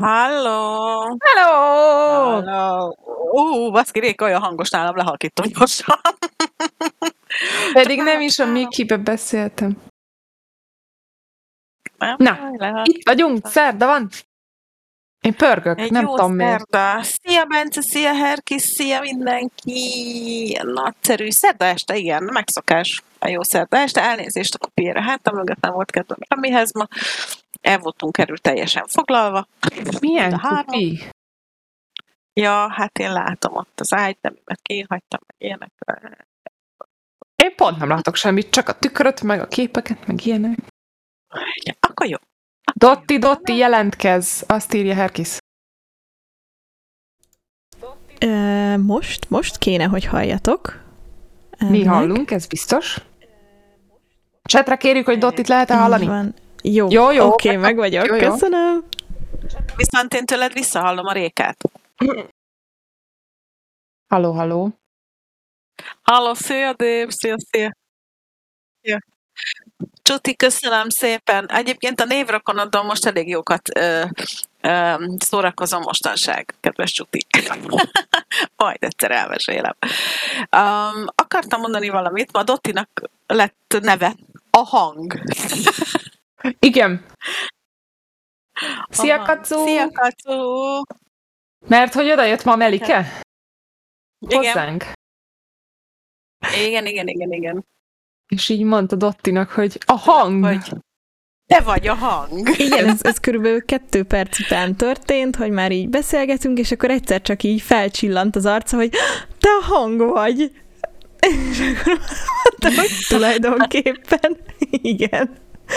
Halló! Hello! Halló! Baszki, Réka olyan hangos nálam, lehalkítom gyorsan. Pedig nem is a Mikibe beszéltem. Nem, Na, itt vagyunk, szerda van. Én pörgök, egy nem jó tudom miért. szerda. Szia, Bence, szia, Herkis, szia mindenki. Nagyszerű. Szerda este, igen, megszokás. A jó szerda este. Elnézést a kopiére. Hát, mögött nem volt kedvem semmihez ma. El voltunk teljesen foglalva. Milyen kupi? Ja, hát én látom ott az ágyt, mert kihagytam, meg ilyenekre. Én pont nem látok semmit, csak a tükröt, meg a képeket, meg ilyenek. Ja, akkor jó. Dotti, jelentkez, azt írja Herkis. Most kéne, hogy halljatok. Mi hallunk, ez biztos. Csetre kérjük, hogy Dottit lehet-e hallani? Van. Jó, oké, meg vagyok, jó. Köszönöm. Viszont én tőled visszahallom a Rékát. Halló. Halló, szia, Dév, szia. Csuti, köszönöm szépen. Egyébként a névrokonoddal most elég jókat szórakozom mostanság, kedves Csuti. Majd egyszer elmesélem. Akartam mondani valamit, ma Dottinak lett neve a hang. Igen. Szia, Kacu! Szia, Kacu! Mert hogy odajött ma Melike? Hozzánk. Igen. És így mondta Dottinak, hogy a hang. Hogy te vagy a hang. Igen, ez körülbelül 2 perc után történt, hogy már így beszélgetünk, és akkor egyszer csak így felcsillant az arca, hogy te a hang vagy. És akkor mondtam, hogy tulajdonképpen igen.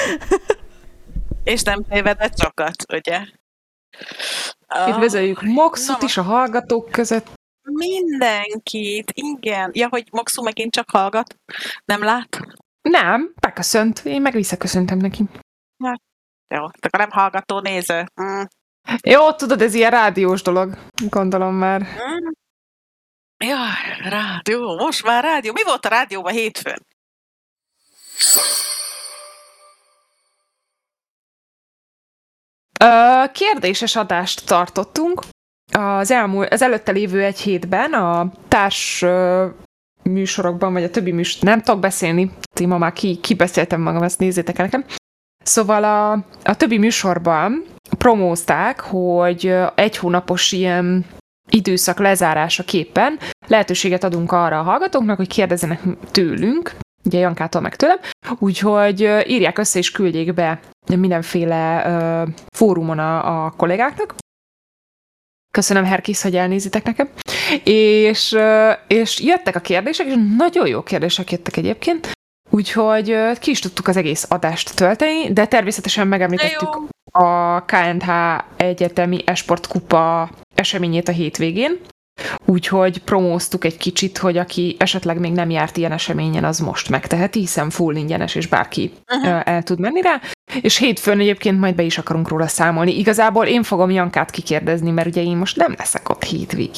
És nem tévedett sokat, ugye? Üdvözöljük Moxut is a hallgatók között. Mindenkit, igen. Ja, hogy Moxu megint csak hallgat, nem lát? Nem, beköszönt. Én meg visszaköszöntem neki. Jó, akkor nem hallgató, néző. Jó, tudod, ez ilyen rádiós dolog, gondolom már. Ja, rádió, most már rádió. Mi volt a rádióban hétfőn? Kérdéses adást tartottunk. Az előtte lévő egy hétben a társ műsorokban, vagy a többi nem tudok beszélni. Én ma már kibeszéltem magam, ezt nézzétek el nekem. Szóval a többi műsorban promózták, hogy 1 hónapos ilyen időszak lezárásaképpen lehetőséget adunk arra a hallgatóknak, hogy kérdezzenek tőlünk, ugye Jankától meg tőlem, úgyhogy írják össze és küldjék be mindenféle fórumon a kollégáknak. Köszönöm, Herkis, hogy elnézitek nekem. És jöttek a kérdések, és nagyon jó kérdések jöttek egyébként, úgyhogy ki is tudtuk az egész adást tölteni, de természetesen megemlítettük a KNH Egyetemi Esport Kupa eseményét a hétvégén, úgyhogy promóztuk egy kicsit, hogy aki esetleg még nem járt ilyen eseményen, az most megteheti, hiszen full ingyenes, és bárki el tud menni rá. És hétfőn egyébként majd be is akarunk róla számolni. Igazából én fogom Jankát kikérdezni, mert ugye én most nem leszek ott hétvégig.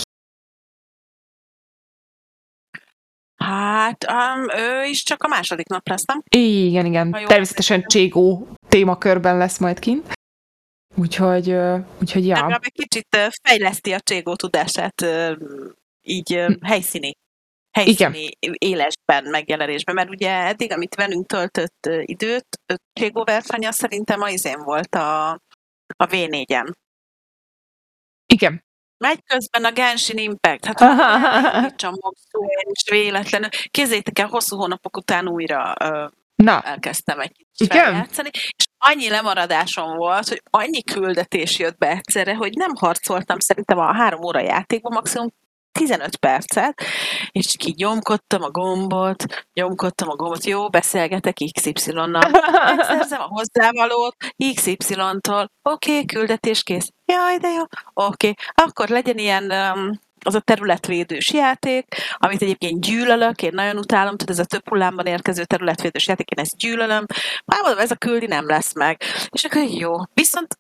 Hát, ő is csak a második nap lesz, nem? Igen. Természetesen Cségó témakörben lesz majd kint. Úgyhogy ja. Legalább egy kicsit fejleszti a Cségó tudását így helyszíni élesben, megjelenésben, mert ugye eddig, amit velünk töltött időt, Cségó versenye szerintem az izén volt a V4-en. Igen. Megy közben a Genshin Impact. Hát csak Moxu, és véletlenül. Képzeljétek el, hosszú hónapok után újra elkezdtem egy kicsit feljátszani, és annyi lemaradásom volt, hogy annyi küldetés jött be egyszerre, hogy nem harcoltam szerintem a 3 óra játékban, maximum 15 percet, és csak így nyomkodtam a gombot, jó, beszélgetek XY-nal, megszerzem a hozzávalót XY-tól, oké, küldetés kész, jaj, de jó, oké, akkor legyen ilyen az a területvédős játék, amit egyébként gyűlölök, én nagyon utálom, tehát ez a több hullámban érkező területvédős játék, én ezt gyűlölöm, már mondom, ez a küldi nem lesz meg. És akkor jó, viszont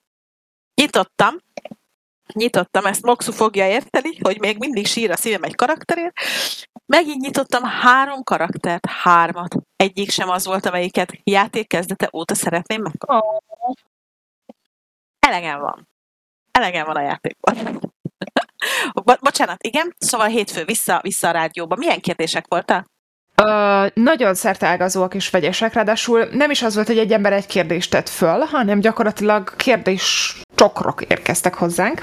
nyitottam, ezt Moxu fogja érteni, hogy még mindig sír a szívem egy karakterért. Megint nyitottam 3 karaktert, 3-at. Egyik sem az volt, amelyiket játék kezdete óta szeretném megkapni. Elegem van. Elegem van a játékban. Bocsánat, igen, szóval hétfő vissza a rádióba. Milyen kérdések voltak? Nagyon szerteágazóak és vegyesek, ráadásul nem is az volt, hogy egy ember egy kérdést tett föl, hanem gyakorlatilag kérdéscsokrok érkeztek hozzánk.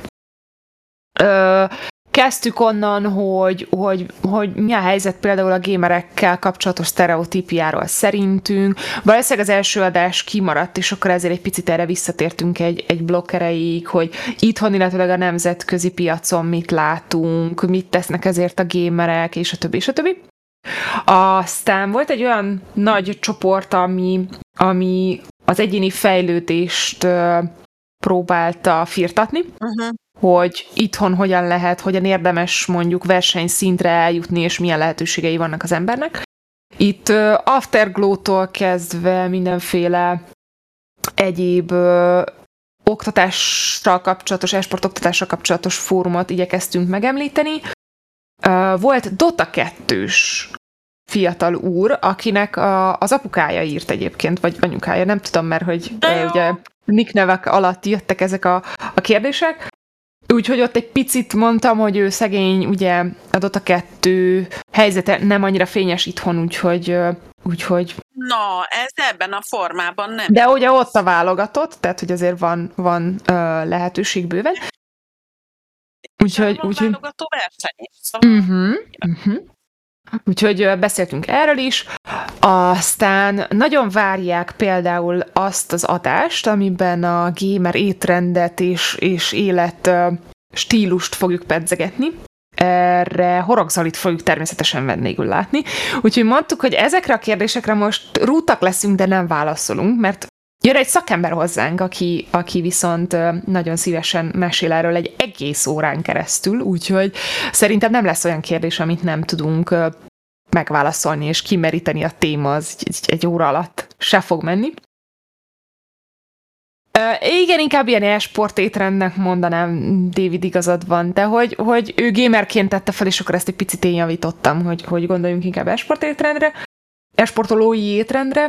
Kezdtük onnan, hogy mi a helyzet például a gamerekkel kapcsolatos sztereotípiáról szerintünk. Valószínűleg az első adás kimaradt, és akkor ezért egy picit erre visszatértünk egy blokk erejéig, hogy itthon, illetőleg a nemzetközi piacon mit látunk, mit tesznek ezért a gamerek, és a többi, és a többi. Aztán volt egy olyan nagy csoport, ami az egyéni fejlődést próbálta firtatni, hogy itthon hogyan érdemes mondjuk versenyszintre eljutni, és milyen lehetőségei vannak az embernek. Itt Afterglow-tól kezdve mindenféle egyéb oktatással kapcsolatos, e-sport oktatással kapcsolatos fórumot igyekeztünk megemlíteni. Volt Dota 2-s fiatal úr, akinek az apukája írt egyébként, vagy anyukája, nem tudom, mert hogy ugye nicknevek alatt jöttek ezek a kérdések. Úgyhogy ott egy picit mondtam, hogy ő szegény, ugye a Dota 2 helyzete nem annyira fényes itthon, úgyhogy... Na, ez ebben a formában nem. De ugye ott a válogatott, tehát hogy azért van lehetőség bőven. Úgyhogy válogató verseny is. Szóval... Úgyhogy beszéltünk erről is. Aztán nagyon várják például azt az adást, amiben a gamer étrendet és élet stílust fogjuk pedzegetni. Erre Horog Zolit fogjuk természetesen vendégül látni. Úgyhogy mondtuk, hogy ezekre a kérdésekre most rútak leszünk, de nem válaszolunk, mert jön egy szakember hozzánk, aki viszont nagyon szívesen mesél erről egy egész órán keresztül, úgyhogy szerintem nem lesz olyan kérdés, amit nem tudunk megválaszolni és kimeríteni a téma, az egy óra alatt se fog menni. Igen, inkább ilyen e-sport étrendnek mondanám, David, igazad van, de hogy ő gamerként tette fel, és akkor ezt egy picit én javítottam, hogy gondoljunk inkább e-sport étrendre, e-sportolói étrendre.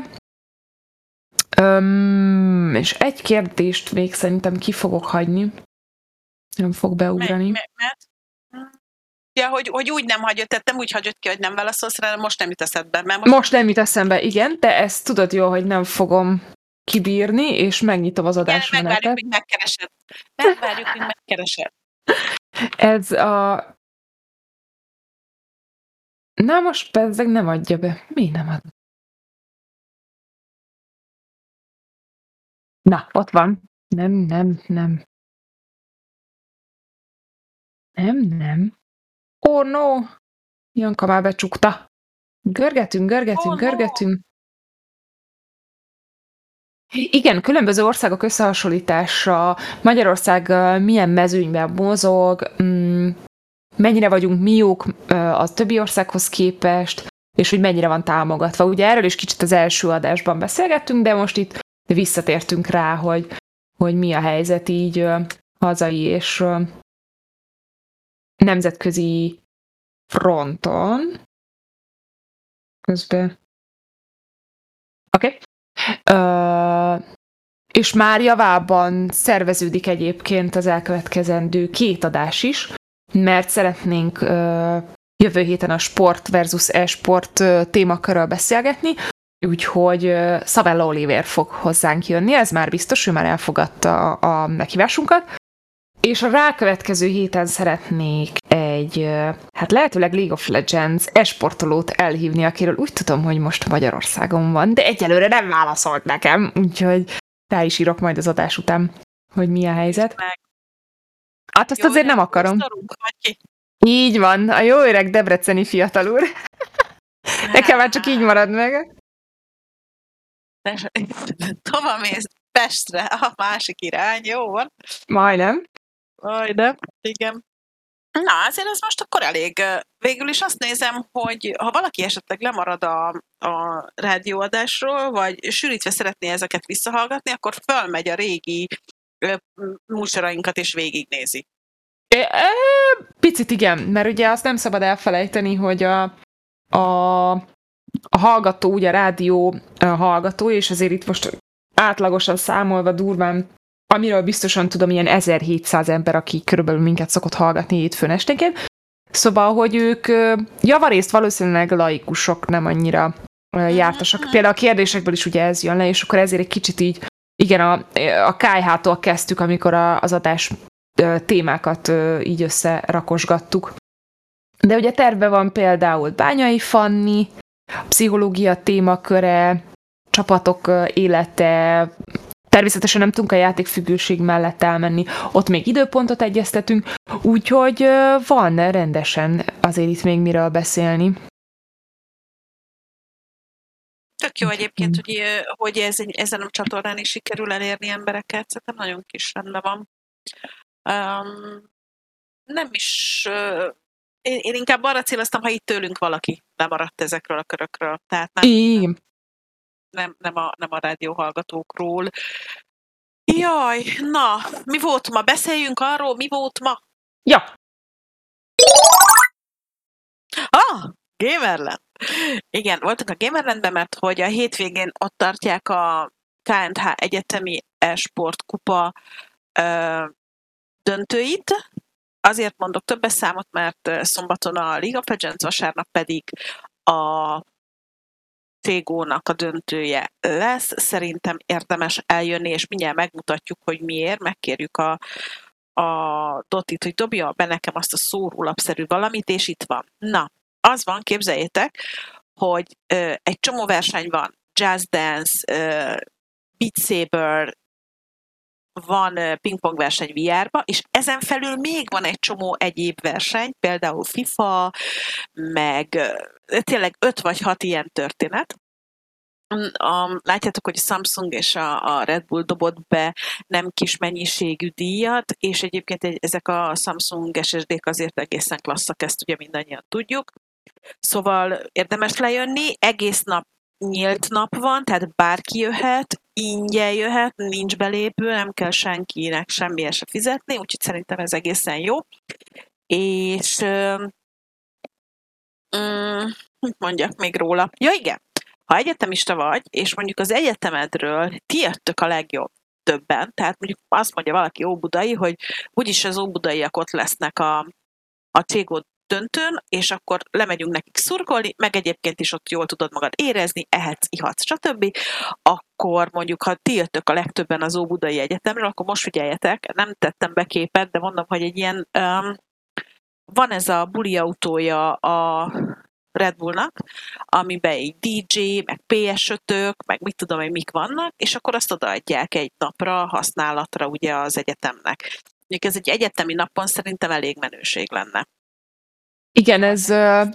És egy kérdést még szerintem ki fogok hagyni. Nem fog beugrani. Ja, hogy úgy nem hagyott, tehát nem úgy hagyott ki, hogy nem válaszolsz rá, most nem jut eszedbe. Mert most nem jut eszembe, igen, de ezt tudod jól, hogy nem fogom kibírni, és megnyitom az adásmenetet. Megvárjuk, míg megkeresed. Megvárjuk, míg megkeresed. Ez a... Na most bezzeg nem adja be. Mi nem ad? Na, ott van. Nem. Oh no! Janka már becsukta. Görgetünk. Igen, különböző országok összehasonlítása, Magyarország milyen mezőnyben mozog, mennyire vagyunk mi jók a többi országhoz képest, és hogy mennyire van támogatva. Ugye erről is kicsit az első adásban beszélgettünk, de most itt visszatértünk rá, hogy mi a helyzet így hazai és nemzetközi fronton. Közben. Oké. És már javában szerveződik egyébként az elkövetkezendő 2 adás is, mert szeretnénk jövő héten a sport versus e-sport témakörről beszélgetni, úgyhogy Szabella Oliver fog hozzánk jönni, ez már biztos, ő már elfogadta a meghívásunkat. És a rákövetkező héten szeretnék egy, lehetőleg League of Legends e-sportolót elhívni, akiről úgy tudom, hogy most Magyarországon van, de egyelőre nem válaszolt nekem, úgyhogy rá is írok majd az adás után, hogy mi a helyzet. Hát azt azért nem akarom. Így van, a jó öreg debreceni fiatal úr. Nekem már csak így marad meg. Tovább mész Pestre, a másik irány, jó van? Majdnem. Igen. Na, azért ez most akkor elég. Végül is azt nézem, hogy ha valaki esetleg lemarad a rádióadásról, vagy sűrítve szeretné ezeket visszahallgatni, akkor fölmegy a régi műsorainkat és végignézi. Picit igen, mert ugye azt nem szabad elfelejteni, hogy a hallgató, ugye a rádió hallgató, és azért itt most átlagosan számolva durván amiről biztosan tudom, ilyen 1700 ember, aki körülbelül minket szokott hallgatni hétfőn esténként. Szóval, hogy ők javarészt valószínűleg laikusok, nem annyira jártasak. Például a kérdésekből is ugye ez jön le, és akkor ezért egy kicsit így, igen, a KH-tól kezdtük, amikor az adás témákat így összerakosgattuk. De ugye terve van például Bányai Fanni, pszichológia témaköre, csapatok élete, természetesen nem tudunk a játékfüggőség mellett elmenni, ott még időpontot egyeztetünk, úgyhogy van rendesen azért itt még miről beszélni. Tök jó egyébként, hogy ezen a csatornán is sikerül elérni embereket, szerintem nagyon kis rendben van. Nem is... Én inkább arra céloztam, ha itt tőlünk valaki lemaradt ezekről a körökről. Tehát nem a rádióhallgatókról. Jaj, na, mi volt ma? Beszéljünk arról, mi volt ma? Ja. Gamerland. Igen, voltunk a Gamerlandben, mert hogy a hétvégén ott tartják a KNH Egyetemi e-sport kupa döntőit. Azért mondok többes számot, mert szombaton a League of Legends, vasárnap pedig a Tégónak a döntője lesz. Szerintem érdemes eljönni, és mindjárt megmutatjuk, hogy miért. Megkérjük a Dotit, hogy dobja be nekem azt a szórólapszerű valamit, és itt van. Na, az van, képzeljétek, hogy egy csomó verseny van. Jazz Dance, Beat Saber, van pingpong verseny VR-ba, és ezen felül még van egy csomó egyéb verseny, például FIFA, meg tényleg 5 vagy 6 ilyen történet. Látjátok, hogy a Samsung és a Red Bull dobott be nem kis mennyiségű díjat, és egyébként ezek a Samsung SSD-k azért egészen klasszak, ezt ugye mindannyian tudjuk. Szóval érdemes lejönni, egész nap nyílt nap van, tehát bárki jöhet, ingyen jöhet, nincs belépő, nem kell senkinek semmiért se fizetni, úgyhogy szerintem ez egészen jó. És mit mondjak még róla? Ja igen, ha egyetemista vagy, és mondjuk az egyetemedről ti jöttök a legjobb többen, tehát mondjuk azt mondja valaki óbudai, hogy úgyis az óbudaiak ott lesznek a Cségó döntőn, és akkor lemegyünk nekik szurkolni, meg egyébként is ott jól tudod magad érezni, ehetsz, ihatsz, stb. Akkor mondjuk, ha ti jöttök a legtöbben az Óbudai Egyetemről, akkor most figyeljetek, nem tettem be képet, de mondom, hogy egy ilyen van ez a buli autója a Red Bullnak, amiben egy DJ, meg PS5-ök, meg mit tudom én, mik vannak, és akkor azt odaadják egy napra, használatra ugye az egyetemnek. Mondjuk ez egy egyetemi napon szerintem elég menőség lenne. Igen, ez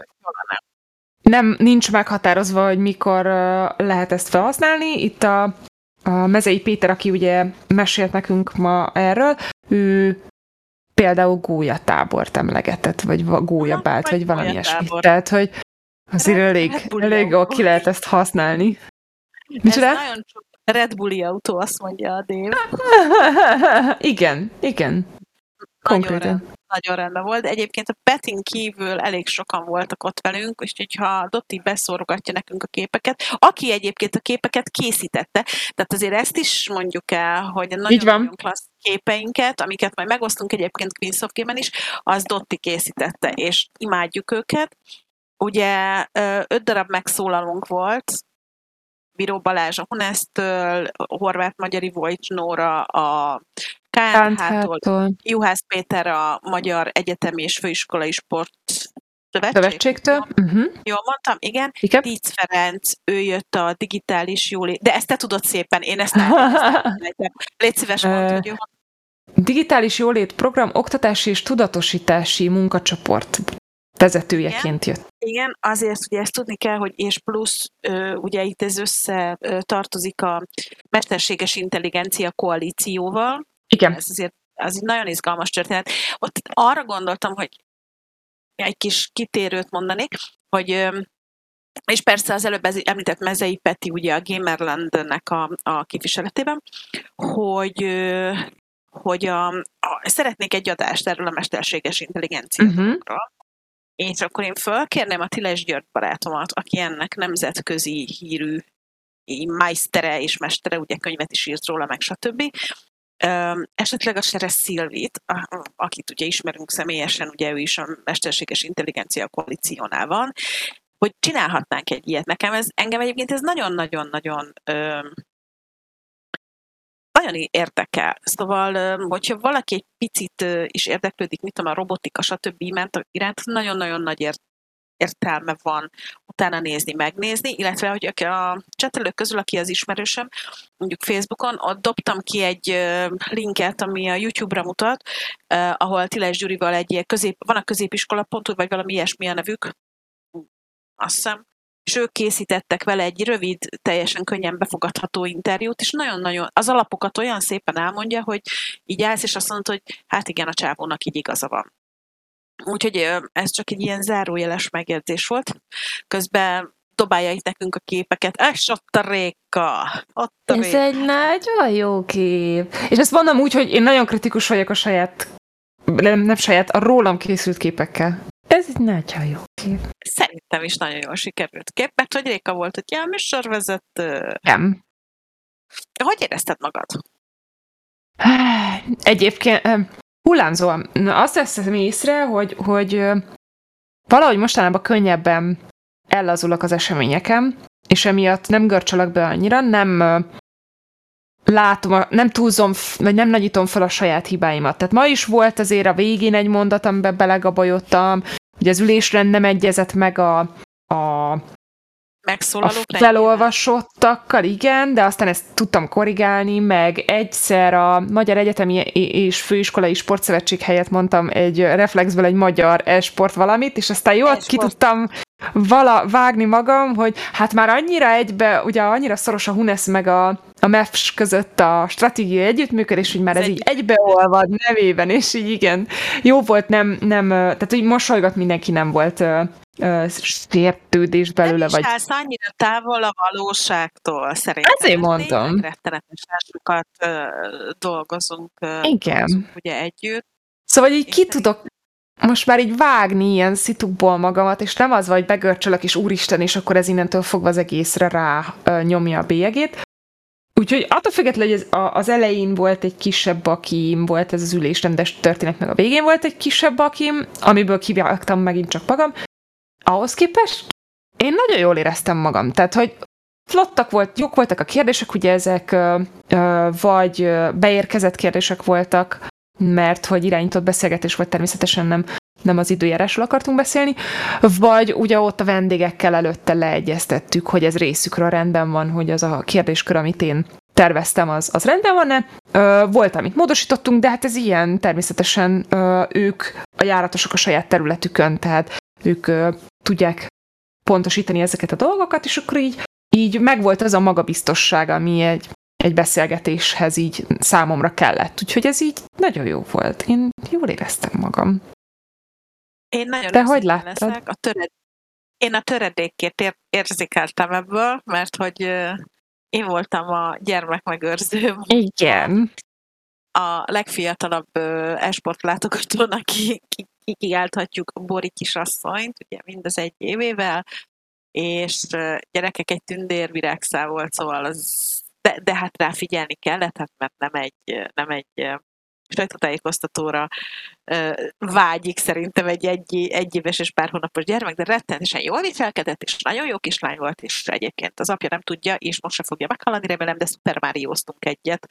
nincs meghatározva, hogy mikor lehet ezt felhasználni. Itt a Mezei Péter, aki ugye mesélt nekünk ma erről, ő például gólyatábort emlegetett, vagy gólyabált, vagy valami ilyesmi. Tehát, hogy azért elég jól ki lehet ezt használni. Ez nagyon sok Red Bulli autó, azt mondja a Dave. Igen. Konkrétan. Nagyon rendben volt, de egyébként a Petin kívül elég sokan voltak ott velünk, és hogyha Dotti beszórogatja nekünk a képeket, aki egyébként a képeket készítette, tehát azért ezt is mondjuk el, hogy nagyon klassz képeinket, amiket majd megosztunk egyébként Queens of Game-en is, az Dotti készítette, és imádjuk őket. Ugye 5 darab megszólalónk volt, Bíró Balázs a Hunesztől, Horváth Magyari Vojcs Nóra a KNH-tól, Juhász Péter a Magyar Egyetemi és Főiskolai Sport Szövetségtől. Jól mondtam, igen. Tíz Ferenc, ő jött a digitális jólét, de ezt te tudod szépen, én ezt nem. Légy szíves, mondd, hogy jó. Digitális jólét program oktatási és tudatosítási munkacsoport vezetőjeként jött. Igen, azért ugye ezt tudni kell, hogy és plusz ugye itt ez össze tartozik a mesterséges intelligencia koalícióval. Igen. Ez azért az egy nagyon izgalmas történet. Ott arra gondoltam, hogy egy kis kitérőt mondanék, hogy és persze az előbb említett Mezei Peti ugye a Gamerlandnek a képviseletében, hogy szeretnék egy adást erről a mesterséges intelligenciáról. És akkor én fölkérném a Tiles György barátomat, aki ennek nemzetközi hírű meistere és mestere, ugye könyvet is írt róla, meg stb., esetleg a Seres Szilvit, akit ugye ismerünk személyesen, ugye ő is a Mesterséges Intelligencia Koalíciónál van, hogy csinálhatnánk egy ilyet. Engem egyébként ez nagyon-nagyon-nagyon nagyon érdekel. Szóval, hogyha valaki egy picit is érdeklődik, mit tudom, a robotika, stb. Iránt nagyon-nagyon nagy értelme van utána nézni, megnézni, illetve, hogy a csetelők közül, aki az ismerősöm, mondjuk Facebookon, ott dobtam ki egy linket, ami a YouTube-ra mutat, ahol Tiles Gyurival van a középiskola.hu, vagy valami ilyesmi a nevük, azt hiszem, és ők készítettek vele egy rövid, teljesen könnyen befogadható interjút, és nagyon-nagyon az alapokat olyan szépen elmondja, hogy így állsz, és azt mondod, hogy hát igen, a csávónak így igaza van. Úgyhogy ez csak egy ilyen zárójeles megjegyzés volt. Közben dobálja itt nekünk a képeket. Ott a Réka! Ez egy nagyon jó kép. És ezt mondom úgy, hogy én nagyon kritikus vagyok a a rólam készült képekkel. Ez egy nagyon jó kép. Szerintem is nagyon jól sikerült kép, mert hogy Réka volt egy ilyen műsorvezető. Nem. Hogy érezted magad? Egyébként hullámzóan. Azt veszem észre, hogy valahogy mostanában könnyebben ellazulok az eseményeken, és emiatt nem görcsölök be annyira, nem látom, nem túlzom, vagy nem nagyítom fel a saját hibáimat. Tehát ma is volt azért a végén egy mondat, amiben belegabajodtam, hogy az ülésrend nem egyezett meg a felolvasottakkal, igen, de aztán ezt tudtam korrigálni, meg egyszer a Magyar Egyetemi és Főiskolai Sportszövetség helyett mondtam egy reflexből egy magyar e-sport valamit, és aztán jól ki tudtam vágni magam, hogy hát már annyira ugye annyira szoros a HUNESZ meg a MEFS között a stratégiai együttműködés, hogy már ez így egybeolvad nevében, és így igen, jó volt, tehát úgy mosolygott mindenki, nem volt sértődés belőle. Nem is állsz annyira távol a valóságtól, szerintem. Ezért mondtam. Rettenetes másokat dolgozunk igen. Ugye együtt. Szóval így ki tudok most már így vágni ilyen szitukból magamat, és nem az vagy begörcsölök, és úristen, és akkor ez innentől fogva az egészre rá nyomja a bélyegét. Úgyhogy attól függetlenül, hogy az elején volt egy kisebb bakim, volt ez az ülésrendes történet, meg a végén volt egy kisebb bakim, amiből kivágtam megint csak magam. Ahhoz képest én nagyon jól éreztem magam. Tehát, hogy jók voltak a kérdések, ugye ezek vagy beérkezett kérdések voltak, mert hogy irányított beszélgetés volt, természetesen nem az időjárásról akartunk beszélni, vagy ugye ott a vendégekkel előtte leegyeztettük, hogy ez részükről rendben van, hogy az a kérdéskör, amit én terveztem, az rendben van-e. Volt, amit módosítottunk, de hát ez ilyen, természetesen ők a járatosok a saját területükön, tehát ők tudják pontosítani ezeket a dolgokat, és akkor így megvolt az a magabiztosság, ami egy beszélgetéshez így számomra kellett. Úgyhogy ez így nagyon jó volt. Én jól éreztem magam. Én nagyon Te hogy láttad? leszek. Én a töredékét érzékeltem ebből, mert hogy én voltam a gyermekmegőrző. Igen. A legfiatalabb e-sport látogatónak kikiálthatjuk Bori kisasszonyt, ugye mindez 1 évével, és gyerekek egy tündérvirágszál volt, szóval de hát rá figyelni kellett, hát mert nem egy sajtótájékoztatóra vágyik szerintem egy éves és pár hónapos gyermek, de rettenetesen jól viselkedett, és nagyon jó kislány volt, és egyébként az apja nem tudja, és most se fogja meghallani, remélem, de Super Mario-ztunk egyet.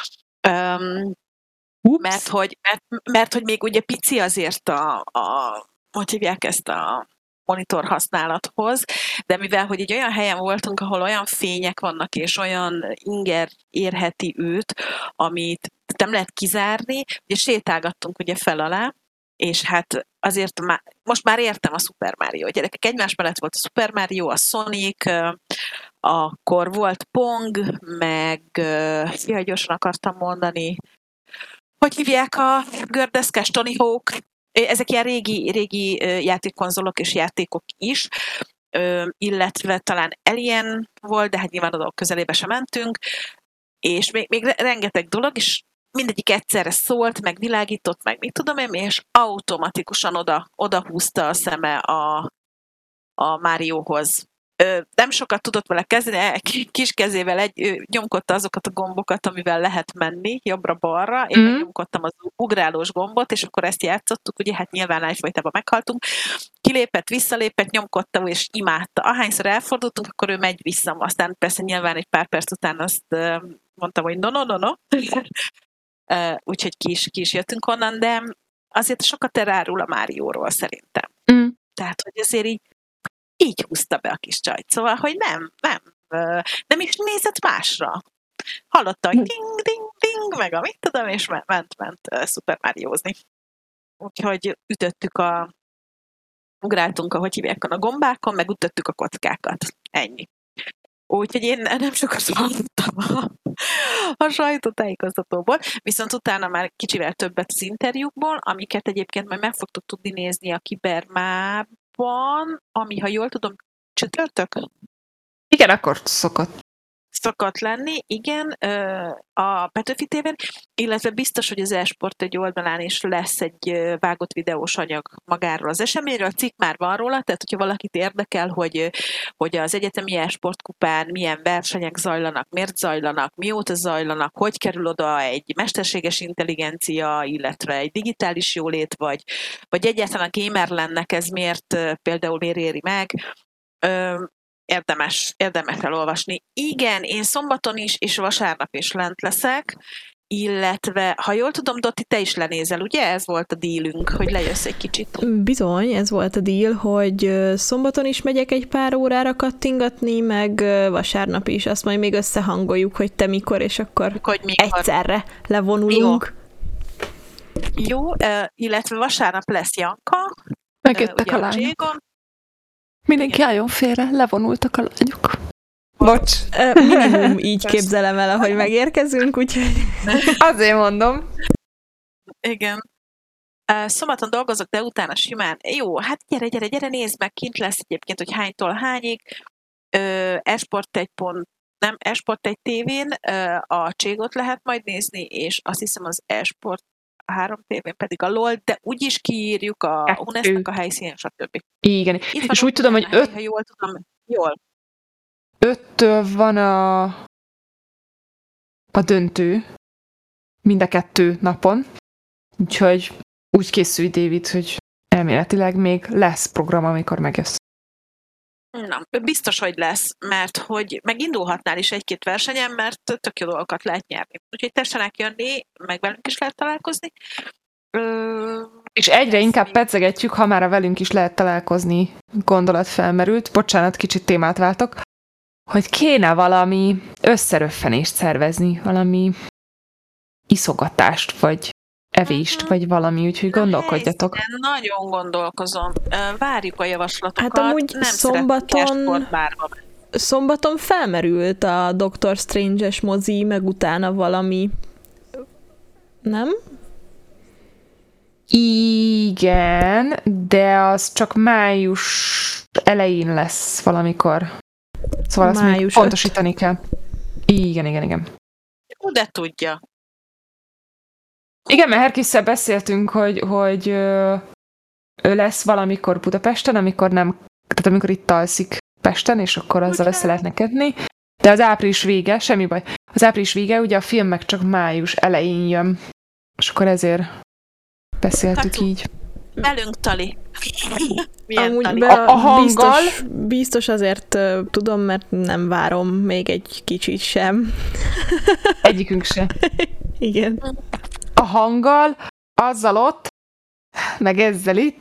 Mert hogy még ugye pici azért hogy hívják ezt a monitor használathoz, de mivel, hogy egy olyan helyen voltunk, ahol olyan fények vannak, és olyan inger érheti őt, amit nem lehet kizárni, ugye sétálgattunk ugye fel alá, és hát azért most már értem a Super Mario. Gyerekek, egymás mellett volt a Super Mario, a Sonic, akkor volt Pong, meg gyorsan akartam mondani, hogy hívják a gördeszkás Tony Hawk. Ezek ilyen régi játékkonzolok és játékok is, illetve talán Alien volt, de hát nyilván a dolgok közelébe sem mentünk, és még rengeteg dolog, és mindegyik egyszerre szólt, meg világított, meg mit tudom én, és automatikusan oda húzta a szeme a Márióhoz. nem sokat tudott vele kezdeni, kis kezével nyomkodta azokat a gombokat, amivel lehet menni jobbra-balra. Én megnyomkodtam az ugrálós gombot, és akkor ezt játszottuk, ugye hát nyilván egyfolytában meghaltunk. Kilépett, visszalépett, nyomkodta, és imádta. Ahányszor elfordultunk, akkor ő megy vissza. Aztán persze nyilván egy pár perc után azt mondtam, hogy no. Úgyhogy ki is jöttünk onnan, de azért sokat elárul a Márióról szerintem. Tehát, hogy azért így húzta be a kis csajt. Szóval, hogy nem is nézett másra. Hallotta, hogy ding, meg a mit tudom, és ment Super Mario-zni. Úgyhogy ugráltunk, ahogy hívják, a gombákon, meg ütöttük a kockákat. Ennyi. Úgyhogy én nem sokat hallottam a sajtótájékoztatóból, viszont utána már kicsivel többet az interjúkból, amiket egyébként majd meg fogtok tudni nézni a Kibermában, ami, ha jól tudom, csütörtök? Igen, akkor Szokott lenni, igen, a Petőfi tévén, illetve biztos, hogy az eSport egy oldalán is lesz egy vágott videós anyag magáról az eseményről, a cikk már van róla, tehát hogyha valakit érdekel, hogy az egyetemi eSportkupán milyen versenyek zajlanak, miért zajlanak, mióta zajlanak, hogy kerül oda egy mesterséges intelligencia, illetve egy digitális jólét, vagy egyáltalán a gamer lennek, ez miért éri meg, érdemes elolvasni. Igen, én szombaton is, és vasárnap is lent leszek, illetve, ha jól tudom, Dotti, te is lenézel, ugye? Ez volt a dílünk, hogy lejössz egy kicsit. Bizony, ez volt a díl, hogy szombaton is megyek egy pár órára kattingatni, meg vasárnap is. Azt majd még összehangoljuk, hogy te mikor, és akkor egyszerre levonulunk. Jó, illetve vasárnap lesz Janka. Megjöttek a lányok. Mindenki álljon félre, levonultak a lányok. Bocs. Minimum így képzelem el, ahogy megérkezünk, úgyhogy... Azért mondom. Igen. Szombaton dolgozok, de utána simán. Jó, hát gyere, nézd meg, kint lesz egyébként, hogy hánytól hányig. Esport 1 tévén a Cségot lehet majd nézni, és azt hiszem az Esport 3 tévén pedig a LOL, de úgyis kiírjuk a UNESCO-nak a helyszínen, stb. Igen, és úgy tudom, hogy 5... Ha jól tudom, jól. 5-től van a döntő mind a 2 napon, úgyhogy úgy készülj, David, hogy elméletileg még lesz program, amikor megjössz. Na, biztos, hogy lesz, mert hogy megindulhatnál is 1-2 versenyen, mert tök jó dolgokat lehet nyerni. Úgyhogy tessenek jönni, meg velünk is lehet találkozni. És egyre inkább pedzegetjük, ha már velünk is lehet találkozni, gondolat felmerült. Bocsánat, kicsit témát váltok. Hogy kéne valami összeröffenést szervezni, valami iszogatást, vagy evést, vagy valami, úgyhogy gondolkodjatok. Nagyon gondolkozom. Várjuk a javaslatokat. Hát amúgy szombaton felmerült a Doctor Strange-es mozi, meg utána valami... Nem? Igen, de az csak május elején lesz valamikor. Szóval azt még pontosítani kell. Igen. Jó, de tudja. Igen, mert Herkisszel beszéltünk, hogy ő lesz valamikor Budapesten, amikor itt alszik Pesten, és akkor azzal össze lehetne kötni. De az április vége, semmi baj. Az április vége, ugye a film meg csak május elején jön. És akkor ezért beszéltük így. Velünk, Tali. Amúgy Tali? A hanggal? Biztos azért tudom, mert nem várom még egy kicsit sem. Egyikünk sem. Igen. A hanggal, azzal ott, meg ezzel itt,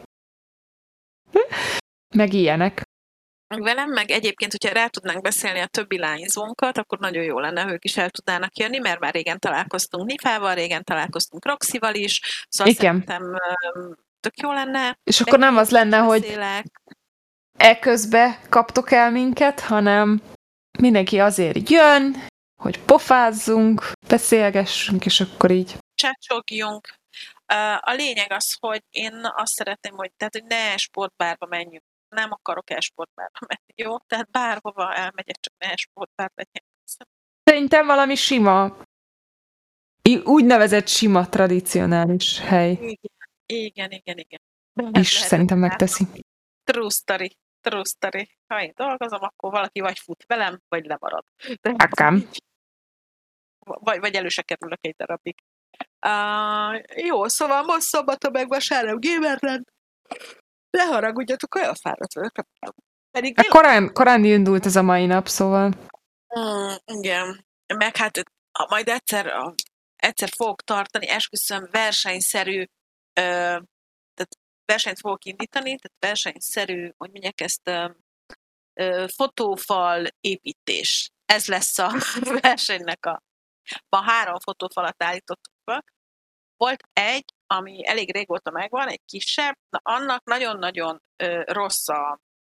meg ilyenek. Velem, meg egyébként, hogyha rá tudnánk beszélni a többi lányzónkat, akkor nagyon jó lenne, ők is el tudnának jönni, mert már régen találkoztunk Nifával, régen találkoztunk Roxival is, szóval szerintem tök jó lenne. És akkor nem az lenne, hogy eközbe kaptok el minket, hanem mindenki azért jön, hogy pofázzunk, beszélgessünk, és akkor így. Csacsogjunk. A lényeg az, hogy én azt szeretném, hogy ne sportbárba menjünk. Nem akarok sportbárba menni, jó? Tehát bárhova elmegyek, csak ne sportbár legyen. Szerintem valami sima, úgynevezett sima, tradicionális hely. Igen. És szerintem megteszi. True story. true story. Ha én dolgozom, akkor valaki vagy fut velem, vagy lemarad. Akám. Vagy elő se kerülök egy darabig. Jó, szóval most szombaton meg vasárnap gamer lett. Ne haragudjatok, olyan fáradt vagyok. Pedig korán indult ez a mai nap, szóval. Igen. Meg hát majd egyszer fogok tartani, esküszöm versenyszerű, tehát versenyt fogok indítani, tehát versenyszerű, hogy mondják ezt, fotófal építés. Ez lesz a versenynek ma 3 fotófalat állítottuk be. Volt egy, ami elég régóta megvan, egy kisebb, na annak nagyon-nagyon rossz a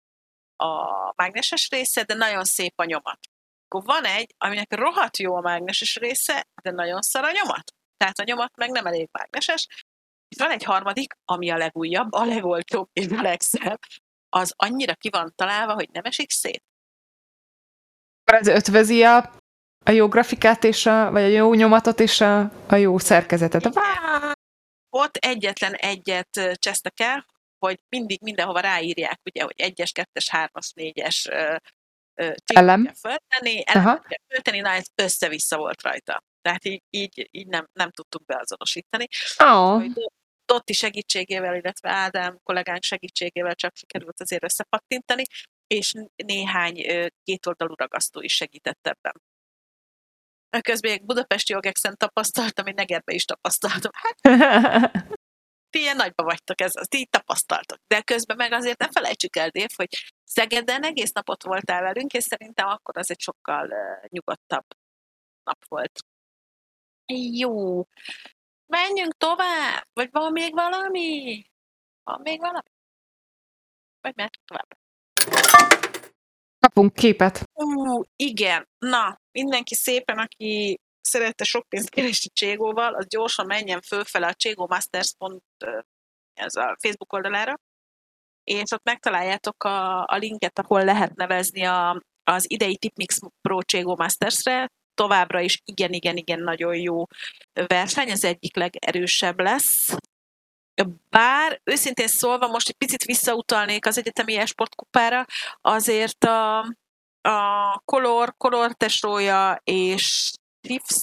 mágneses része, de nagyon szép a nyomat. Akkor van egy, aminek rohadt jó a mágneses része, de nagyon szar a nyomat. Tehát a nyomat meg nem elég mágneses. Itt van egy harmadik, ami a legújabb, a legolcsóbb és a legszebb. Az annyira ki van találva, hogy nem esik szét. Ez ötvözi a jó grafikát, vagy a jó nyomatot és a jó szerkezetet. Ott egyetlen egyet csesztek el, hogy mindig mindenhova ráírják, ugye, hogy 1-es, 2-es, 3-as, 4-es elem kell föltenni, na ez össze-vissza volt rajta. Tehát így nem tudtuk beazonosítani. Dotti segítségével, illetve Ádám kollégánk segítségével csak sikerült azért összepattintani, és néhány kétoldalú ragasztó is segített ebben. Közben egy budapesti jogexen tapasztaltam, én Negerbe is tapasztaltam. Hát, ti ilyen nagyba vagytok, ti így tapasztaltok. De közben meg azért ne felejtsük el, Dév, hogy Szegeden egész napot voltál velünk, és szerintem akkor az egy sokkal nyugodtabb nap volt. Jó. Menjünk tovább? Vagy van még valami? Van még valami? Vagy mehetünk tovább? Kapunk képet. Igen. Na, mindenki szépen, aki szerette sok pénzt keresni Cségóval, az gyorsan menjen fölfele a cségomasters.hu ez a Facebook oldalára, és ott megtaláljátok a linket, ahol lehet nevezni az idei Tipmix Pro Cségó Masters-re. Továbbra is igen, nagyon jó verseny, az egyik legerősebb lesz. Bár őszintén szólva most egy picit visszautalnék az egyetemi e-sportkupára, azért a Color tesója és Tips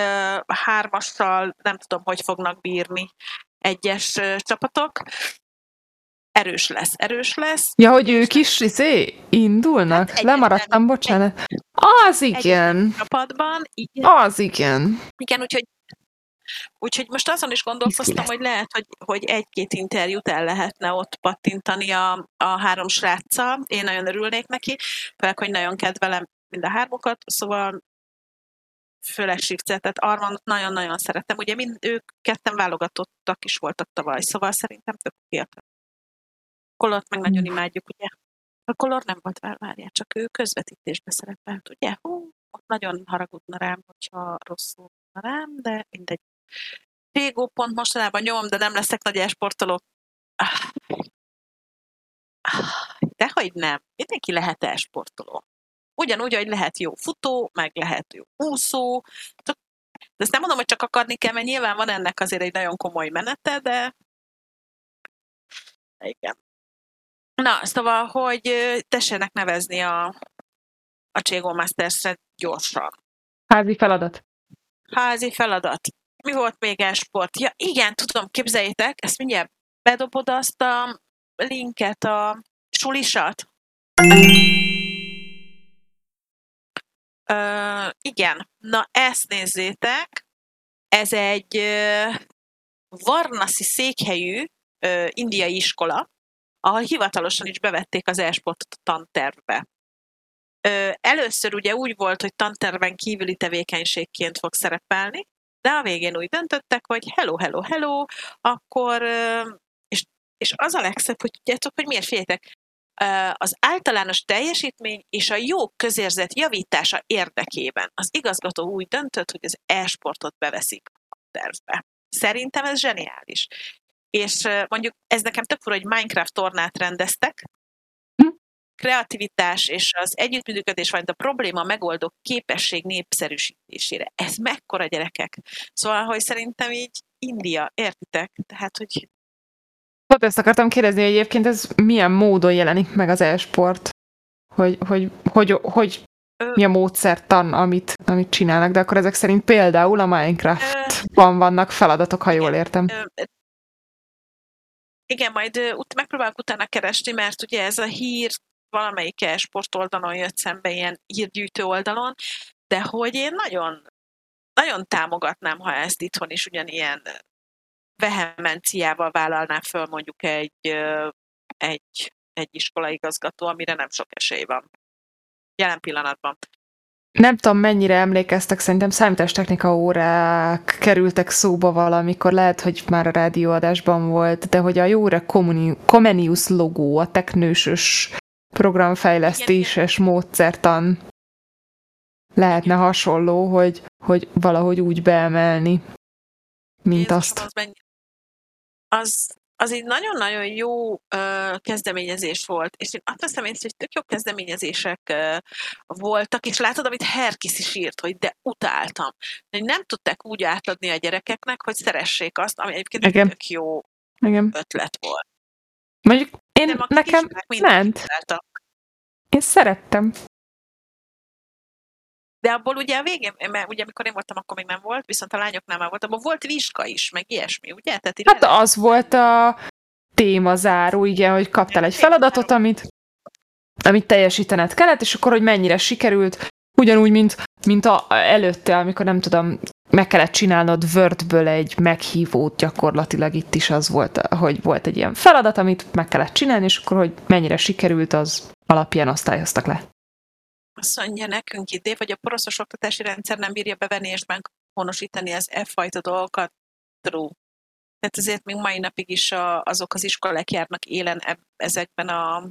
3-assal nem tudom, hogy fognak bírni egyes csapatok. Erős lesz. Ja, hogy ők is indulnak? Hát lemaradtam, bocsánat. Az igen. Csapatban, igen. Az igen. Igen, úgyhogy most azon is gondolkoztam, hogy lehet, hogy 1-2 interjút el lehetne ott pattintani a 3 sráccal. Én nagyon örülnék neki, főleg, hogy nagyon kedvelem mind a 3-okat, szóval főleg Sivcet, tehát Armandot nagyon-nagyon szeretem. Ugye ők ketten válogatottak is voltak tavaly, szóval szerintem tök kiakar. Colort meg nagyon imádjuk, ugye? A Color nem volt várjál, csak ő közvetítésbe szerepelt, ugye? Ott nagyon haragudna rám, hogyha rosszul rám, de mindegy. Cségó pont mostanában nyomom, de nem leszek nagy e-sportoló. Dehogy nem. Mindenki lehet e-sportoló. Ugyanúgy, hogy lehet jó futó, meg lehet jó úszó. De ezt nem mondom, hogy csak akarni kell, mert nyilván van ennek azért egy nagyon komoly menete, de igen. Na, szóval, hogy tessenek nevezni a Cségó Masters-re gyorsan. Házi feladat. Mi volt még e-sport? Ja, igen, tudom, képzeljétek, ezt mindjárt bedobod azt a linket, a sulisat. Igen, na ezt nézzétek, ez egy Varanasi székhelyű indiai iskola, ahol hivatalosan is bevették az e-sportot a tantervbe. Először ugye úgy volt, hogy tanterven kívüli tevékenységként fog szerepelni, de a végén úgy döntöttek, hogy hello, akkor, és az a legszebb, hogy tudjátok, hogy miért figyeljetek, az általános teljesítmény és a jó közérzet javítása érdekében az igazgató úgy döntött, hogy az e-sportot beveszik a tervbe. Szerintem ez zseniális. És mondjuk ez nekem tök fura, hogy Minecraft tornát rendeztek, kreativitás és az együttműködés, vagy a probléma megoldó képesség népszerűsítésére. Ez mekkora, gyerekek? Szóval, hogy szerintem így India, értitek? Tehát, hogy Ott ezt akartam kérdezni, hogy egyébként ez milyen módon jelenik meg az e-sport? Hogy mi a módszertan, amit csinálnak, de akkor ezek szerint például a Minecraftban vannak feladatok, ha jól értem. Igen, majd megpróbálok utána keresni, mert ugye ez a hír valamelyik e-sport oldalon jött szembe, ilyen hírgyűjtő oldalon, de hogy én nagyon, nagyon támogatnám, ha ezt itthon is ugyanilyen vehemenciával vállalná föl mondjuk egy iskolaigazgató, amire nem sok esély van. Jelen pillanatban. Nem tudom, mennyire emlékeztek, szerintem számítástechnika órák kerültek szóba valamikor, lehet, hogy már a rádióadásban volt, de hogy a Jóra Comenius logó, a teknősös programfejlesztéses módszertan lehetne hasonló, hogy valahogy úgy beemelni, mint azt. Az egy nagyon-nagyon jó kezdeményezés volt, és én azt hiszem, hogy tök jó kezdeményezések voltak, és látod, amit Herkis is írt, hogy de utáltam. Hogy nem tudták úgy átadni a gyerekeknek, hogy szeressék azt, ami egyébként egy tök jó ötlet volt. Mondjuk nekem ment. Én szerettem. De abból ugye a végén, mert ugye amikor én voltam, akkor még nem volt, viszont a lányoknál már volt, abból volt vizsga is, meg ilyesmi, ugye? Tehát hát az volt a témazáró, ugye, hogy kaptál egy feladatot, amit teljesítened kellett, és akkor, hogy mennyire sikerült, ugyanúgy, mint előtte, amikor nem tudom, meg kellett csinálnod Wordből egy meghívót, gyakorlatilag itt is az volt, hogy volt egy ilyen feladat, amit meg kellett csinálni, és akkor, hogy mennyire sikerült, az alapján osztályoztak le. Azt mondja nekünk itt, hogy a poroszos oktatási rendszer nem bírja bevenni és meghonosítani az e-fajta dolgokat. True. Tehát ezért még mai napig is azok az iskolák járnak élen ezekben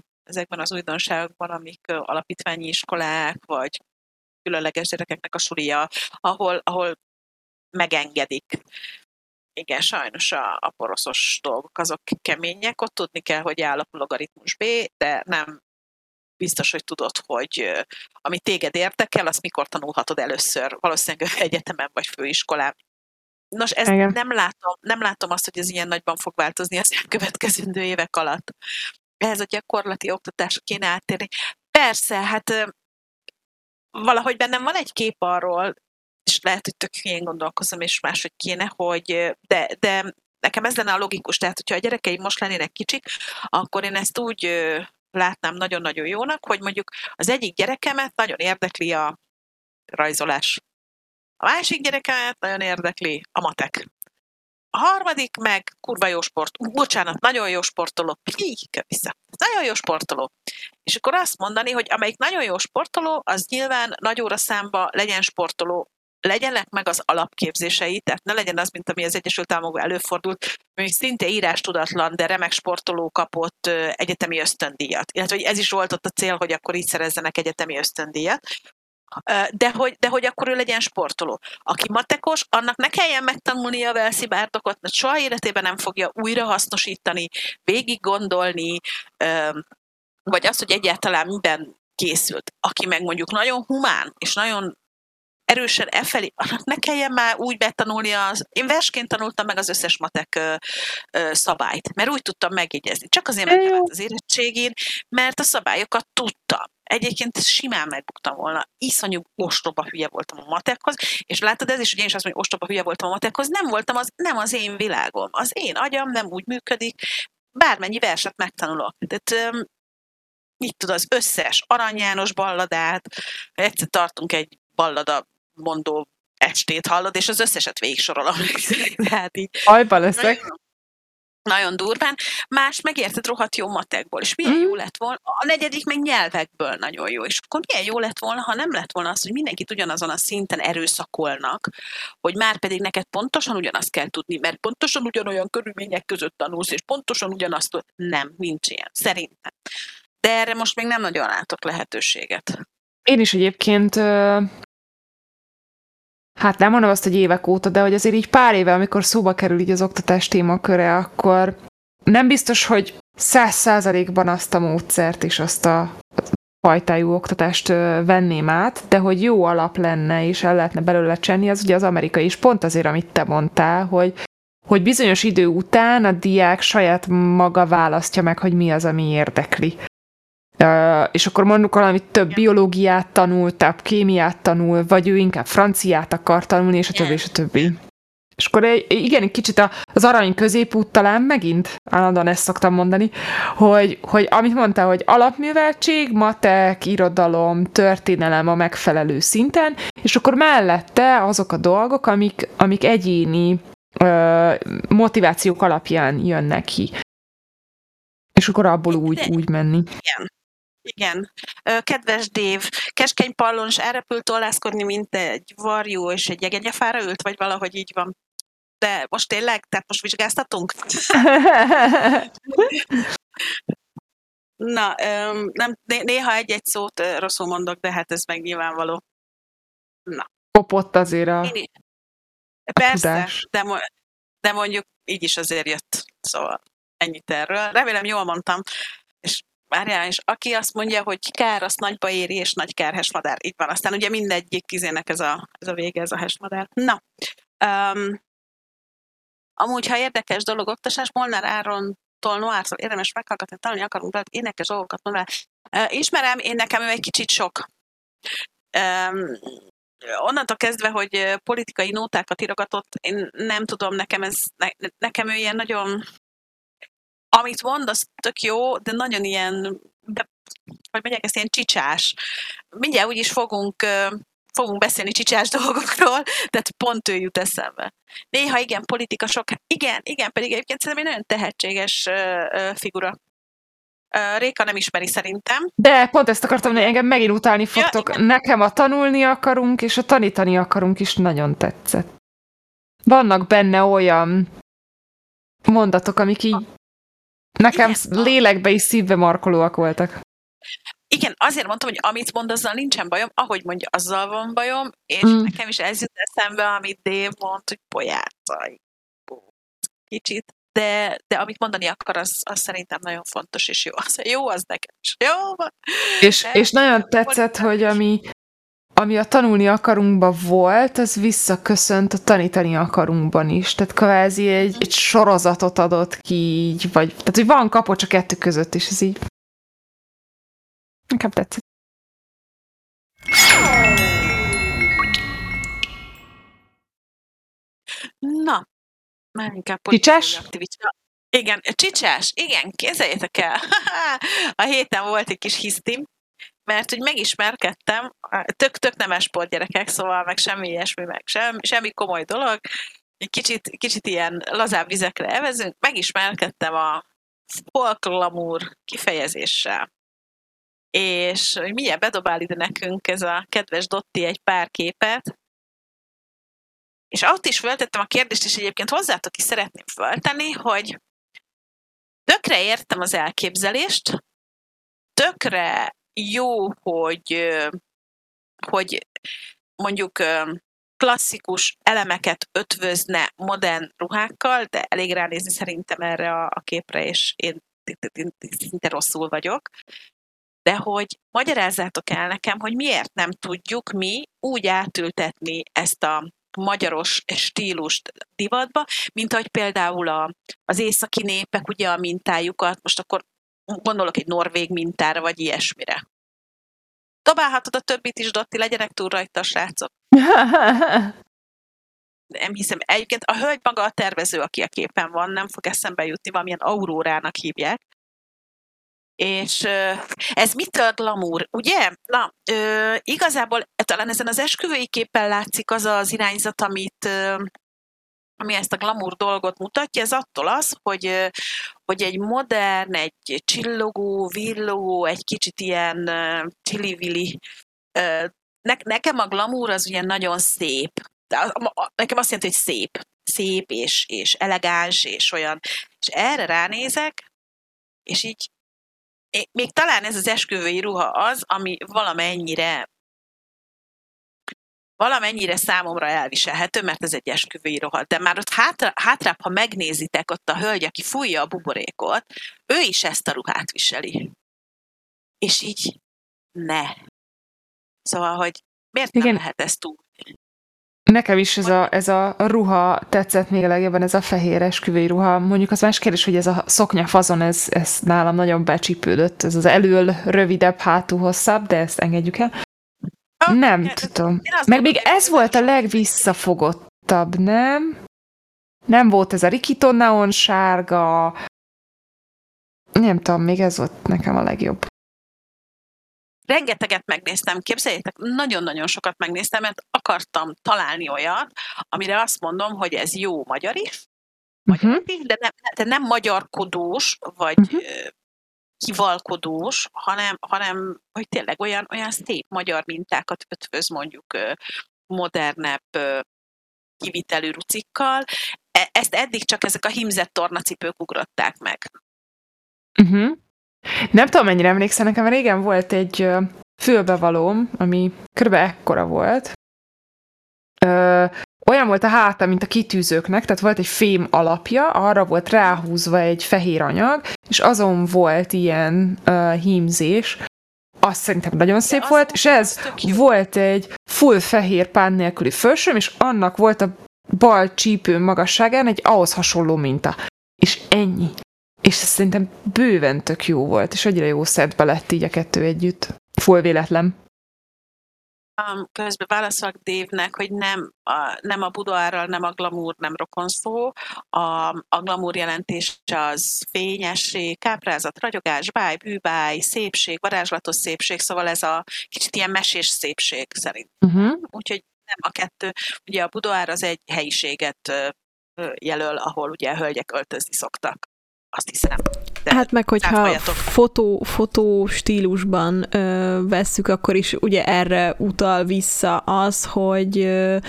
az újdonságokban, amik alapítványi iskolák, vagy különleges gyerekeknek a sulia, ahol megengedik. Igen, sajnos a poroszos dolgok azok kemények, ott tudni kell, hogy áll a logaritmus B, de nem biztos, hogy tudod, hogy ami téged érdekel, azt mikor tanulhatod először, valószínűleg egyetemen vagy főiskolán. Nos, ezt nem látom azt, hogy ez ilyen nagyban fog változni az elkövetkezendő évek alatt. Ehhez a gyakorlati oktatásra kéne áttérni. Persze, hát valahogy bennem van egy kép arról, és lehet, hogy tök hülyén gondolkozom, és máshogy kéne, hogy de nekem ez lenne a logikus. Tehát, hogyha a gyerekeim most lennének kicsik, akkor én ezt úgy látnám nagyon-nagyon jónak, hogy mondjuk az egyik gyerekemet nagyon érdekli a rajzolás. A másik gyerekemet nagyon érdekli a matek. A harmadik meg kurva jó nagyon jó sportoló. Nagyon jó sportoló. És akkor azt mondani, hogy amelyik nagyon jó sportoló, az nyilván nagy óraszámba legyen sportoló, legyenek meg az alapképzései, tehát ne legyen az, mint ami az Egyesült Államokban előfordult, hogy szinte írástudatlan, de remek sportoló kapott egyetemi ösztöndíjat. Illetve ez is volt ott a cél, hogy akkor így szerezzenek egyetemi ösztöndíjat. De hogy akkor ő legyen sportoló. Aki matekos, annak ne kelljen megtanulnia a velszibárdokot, mert soha életében nem fogja újra hasznosítani, végig gondolni, vagy azt, hogy egyáltalán miben készült. Aki meg mondjuk nagyon humán, és nagyon erősen elfelé, annak ne kelljen már úgy betanulnia. Én versként tanultam meg az összes matek szabályt, mert úgy tudtam megjegyezni. Csak azért mentem át az érettségén, mert a szabályokat tudtam. Egyébként simán megbuktam volna. Iszonyú ostoba hülye voltam a matekhoz, és látod, ez is, hogy én is azt mondom, hogy ostoba hülye voltam a matekhoz, nem az én világom. Az én agyam nem úgy működik, bármennyi verset megtanulok. Tehát mit tud, az összes Arany János balladát, egyszer tartunk egy ballada mondó estét, hallod, és az összeset végig sorolom. Tehát így. Ajba leszek. Nagyon durván. Más megérted rohadt jó matekból, és milyen jó lett volna. A negyedik meg nyelvekből nagyon jó. És akkor milyen jó lett volna, ha nem lett volna az, hogy mindenkit ugyanazon a szinten erőszakolnak, hogy már pedig neked pontosan ugyanazt kell tudni, mert pontosan ugyanolyan körülmények között tanulsz, és pontosan ugyanazt. Nem, nincs ilyen. Szerintem. De erre most még nem nagyon látok lehetőséget. Én is egyébként hát nem mondom azt, hogy évek óta, de hogy azért így pár éve, amikor szóba kerül így az oktatás témaköre, akkor nem biztos, hogy 100%-ban azt a módszert és azt a fajtájú oktatást venném át, de hogy jó alap lenne, és el lehetne belőle csenni, az ugye az amerikai is pont azért, amit te mondtál, hogy hogy bizonyos idő után a diák saját maga választja meg, hogy mi az, ami érdekli. És akkor mondjuk valamit több biológiát tanul, több kémiát tanul, vagy ő inkább franciát akar tanulni, és a többi, és a többi. És akkor igen, egy kicsit az arany középút talán megint, állandóan ezt szoktam mondani, hogy amit mondta, hogy alapműveltség, matek, irodalom, történelem a megfelelő szinten, és akkor mellette azok a dolgok, amik egyéni motivációk alapján jönnek ki. És akkor abból úgy menni. Igen. Kedves Dév, keskeny pallon s elrepült tollászkodni, mint egy varjú és egy jegegyefára ült, vagy valahogy így van. De most tényleg? Tehát most vizsgáztatunk? Na, nem, néha egy-egy szót rosszul mondok, de hát ez meg nyilvánvaló. Na. Kopott azért Persze, de mondjuk így is azért jött. Szóval ennyit erről. Remélem jól mondtam. És várjál, és aki azt mondja, hogy kár, azt nagyba éri, és nagy kár hesmadár. Így van. Aztán ugye mindegyik kizének ez a vége, ez a hesmadár. Na. Amúgy, ha érdekes dolog, oktatás, Molnár Árontól Noártól érdemes meghallgatni, tanulni akarunk, de énekes dolgokat mondani. Ismerem, nekem ő egy kicsit sok. Onnantól kezdve, hogy politikai nótákat írogatott, én nem tudom, nekem ő ilyen nagyon, amit mond, az tök jó, de nagyon ilyen, hogy mondják ezt, ilyen csicsás. Mindjárt úgyis fogunk beszélni csicsás dolgokról, tehát pont ő jut eszembe. Néha igen, politika sok, igen, pedig egyébként szerintem egy nagyon tehetséges figura. Réka nem ismeri szerintem. De pont ezt akartam, hogy engem megint utálni fogtok. Ja, nekem a tanulni akarunk, és a tanítani akarunk is nagyon tetszett. Vannak benne olyan mondatok, amik így nekem lélekbe is szívbe markolóak voltak. Igen, azért mondtam, hogy amit mond, azzal nincsen bajom, ahogy mondja, azzal van bajom, és nekem is ez jut eszembe, amit Dave mond, hogy pojácaj. Kicsit. De amit mondani akar, az szerintem nagyon fontos, és jó. Az nekem is. Jó van. És nagyon tetszett, hogy ami a tanulni akarunkban volt, az visszaköszönt a tanítani akarunkban is. Tehát kvázi egy sorozatot adott ki így, vagy tehát, hogy van kapocs a kettő között is, ez így. Nekem tetszett. Na, már inkább Csicsás? Igen, csicsás, igen, képzeljétek el. A héten volt egy kis hisztim, mert úgy megismerkedtem, tök nemes sportgyerekek, szóval meg semmi ilyesmi, meg semmi komoly dolog, egy kicsit ilyen lazább vizekre evezünk, megismerkedtem a folk glamour kifejezéssel. És mindjárt bedobál ide nekünk ez a kedves Dotti egy pár képet, és ott is föltettem a kérdést, és egyébként hozzátok is szeretném föltenni, hogy tökre értem az elképzelést, tökre jó, hogy mondjuk klasszikus elemeket ötvözne modern ruhákkal, de elég ránézni szerintem erre a képre, és én szinte rosszul vagyok. De hogy magyarázzátok el nekem, hogy miért nem tudjuk mi úgy átültetni ezt a magyaros stílust divatba, mint ahogy például az északi népek ugye a mintájukat, most akkor gondolok egy norvég mintára, vagy ilyesmire. Dobálhatod a többit is, Dotti, legyenek túl rajta a srácok. Nem hiszem. Egyébként a hölgy maga a tervező, aki a képen van, nem fog eszembe jutni, valamilyen Aurórának hívják. És ez mitől glamour, ugye? Na, igazából talán ezen az esküvői képen látszik az az irányzat, ami ezt a glamour dolgot mutatja, ez attól az, hogy egy modern, egy csillogó, villogó, egy kicsit ilyen csili-vili. Nekem a glamour az ugye nagyon szép. Nekem azt jelenti, hogy szép és elegáns, és olyan. És erre ránézek, és így még talán ez az esküvői ruha az, ami valamennyire számomra elviselhető, mert ez egy esküvői ruha. De már ott hátrább, ha megnézitek, ott a hölgy, aki fújja a buborékot, ő is ezt a ruhát viseli. És így ne. Szóval, hogy miért nem lehet ezt túl? Nekem is ez a ruha tetszett még a legjobban, ez a fehér esküvői ruha. Mondjuk az más kérdés, hogy ez a szoknya fazon, ez nálam nagyon becsípődött. Ez az elől rövidebb, hátul hosszabb, de ezt engedjük el. Nem tudom. Meg még ez volt a legvisszafogottabb, nem? Nem volt ez a Rikiton neon sárga. Nem tudom, még ez volt nekem a legjobb. Rengeteget megnéztem, képzeljétek, nagyon-nagyon sokat megnéztem, mert akartam találni olyat, amire azt mondom, hogy ez jó magyar is, de nem magyarkodós, vagy kivalkodós, hanem hogy tényleg olyan szép magyar mintákat ötvöz mondjuk modernebb kivitelű rucikkal. Ezt eddig csak ezek a hímzett tornacipők ugrották meg. Nem tudom, mennyire emlékszem, nekem régen volt egy fülbevalóm, ami körülbelül ekkora volt. Olyan volt a háta, mint a kitűzőknek, tehát volt egy fém alapja, arra volt ráhúzva egy fehér anyag, és azon volt ilyen hímzés. Azt szerintem nagyon szép volt, és ez volt egy full fehér pán nélküli fölsőm, és annak volt a bal csípő magasságán egy ahhoz hasonló minta. És ennyi. És ez szerintem bőven tök jó volt, és annyira jó szedbe lett így a kettő együtt. Full véletlen. Közben válaszolok Dave-nek, hogy nem a budoárral, nem a glamour, nem rokon szó. A glamour jelentése az fényesség, káprázat, ragyogás, báj, bűbáj, szépség, varázslatos szépség, szóval ez a kicsit ilyen mesés szépség szerint. Úgyhogy nem a kettő. Ugye a budoár az egy helyiséget jelöl, ahol ugye a hölgyek öltözni szoktak. Azt hiszem. De hát meg, hogyha fotó stílusban vesszük, akkor is ugye erre utal vissza az, hogy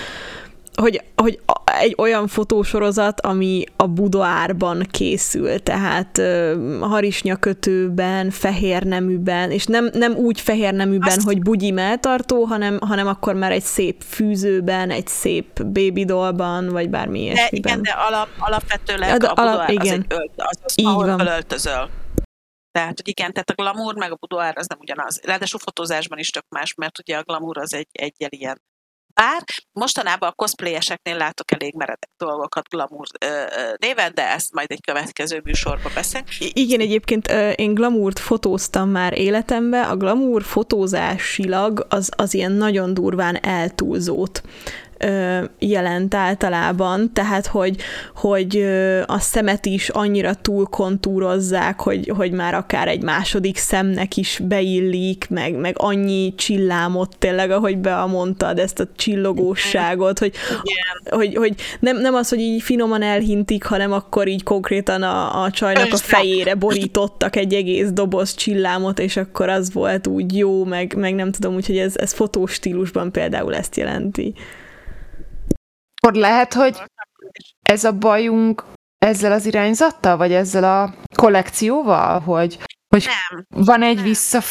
egy olyan fotósorozat, ami a budoárban készül, tehát harisnyakötőben, fehér neműben, és nem úgy fehér neműben, hogy bugyi melltartó, hanem akkor már egy szép fűzőben, egy szép babydollban, vagy bármi ilyesmiben. De alapvetőleg a budoár igen. az ahol fölöltözöl. Tehát, hogy igen, tehát a glamour meg a budoár az nem ugyanaz. Ráadásul fotózásban is tök más, mert ugye a glamour az egy ilyen. Bár mostanában a cosplayeseknél látok elég meredek dolgokat glamour néven, de ezt majd egy következő műsorban beszélünk. Igen, egyébként én glamourt fotóztam már életemben, a glamour fotózásilag az ilyen nagyon durván eltúlzót jelent általában, tehát hogy a szemet is annyira túl kontúrozzák, hogy már akár egy második szemnek is beillik, meg annyi csillámot tényleg, ahogy Bea mondtad, ezt a csillogóságot, hogy nem az, hogy így finoman elhintik, hanem akkor így konkrétan a csajnak a fejére borítottak egy egész doboz csillámot, és akkor az volt úgy jó, meg nem tudom, úgyhogy ez fotós-stílusban például ezt jelenti. Akkor lehet, hogy ez a bajunk ezzel az irányzattal, vagy ezzel a kollekcióval, hogy van egy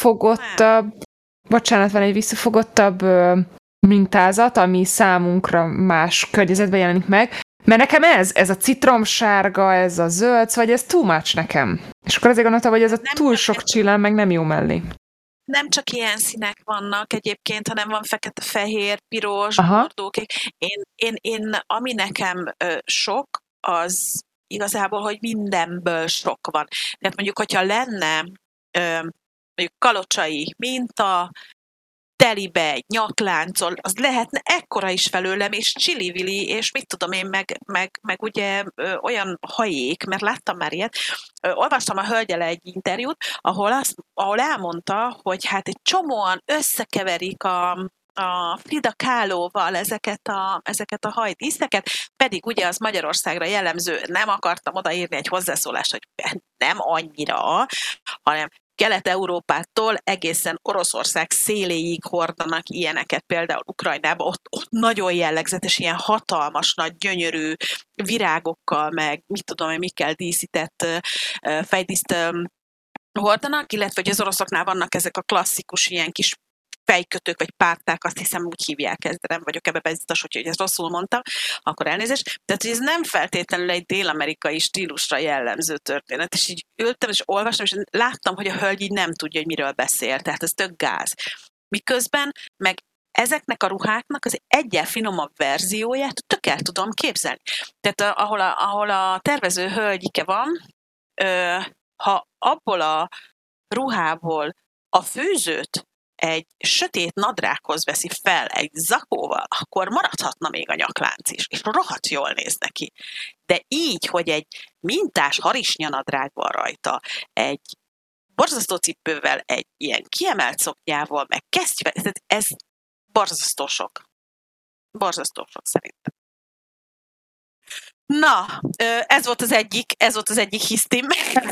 visszafogottabb mintázat, ami számunkra más környezetben jelenik meg, mert nekem ez a citromsárga, ez a zöld, vagy ez too much nekem. És akkor azért gondoltam, hogy ez a túl sok csillám, meg nem jó mellé. Nem csak ilyen színek vannak egyébként, hanem van fekete-fehér, piros, bordókék. Én ami nekem sok, az igazából, hogy mindenből sok van. Tehát mondjuk, hogyha lenne mondjuk kalocsai minta, telibe egy nyakláncol, az lehetne ekkora is felőlem, és csili-vili, és mit tudom én, meg ugye olyan hajék, mert láttam már ilyet. Olvastam a hölgyel egy interjút, ahol elmondta, hogy hát egy csomóan összekeverik a Frida Kahlo-val ezeket a hajdíszeket, pedig ugye az Magyarországra jellemző, nem akartam odaírni egy hozzászólást, hogy nem annyira, hanem Kelet-Európától egészen Oroszország széléig hordanak ilyeneket, például Ukrajnában, ott nagyon jellegzetes, ilyen hatalmas, nagy, gyönyörű virágokkal, meg mit tudom én, mikkel díszített fejdíszt hordanak, illetve hogy az oroszoknál vannak ezek a klasszikus ilyen kis fejkötők, vagy párták, azt hiszem úgy hívják ezt, de nem vagyok ebbe biztos, hogy ezt rosszul mondtam, akkor elnézést. Tehát, hogy ez nem feltétlenül egy dél-amerikai stílusra jellemző történet, és így ültem, és olvastam, és láttam, hogy a hölgy így nem tudja, hogy miről beszél, tehát ez tök gáz. Miközben meg ezeknek a ruháknak az egyel finomabb verzióját tök el tudom képzelni. Tehát ahol a tervező hölgyike van, ha abból a ruhából a főzőt egy sötét nadrághoz veszi fel egy zakóval, akkor maradhatna még a nyaklánc is, és rohadt jól néz neki. De így, hogy egy mintás harisnyanadrág van rajta, egy borzasztó cipővel, egy ilyen kiemelt szoknyával, meg kesztyűvel, tehát ez borzasztó sok. Borzasztó sok szerintem. Na, ez volt az egyik hisztim.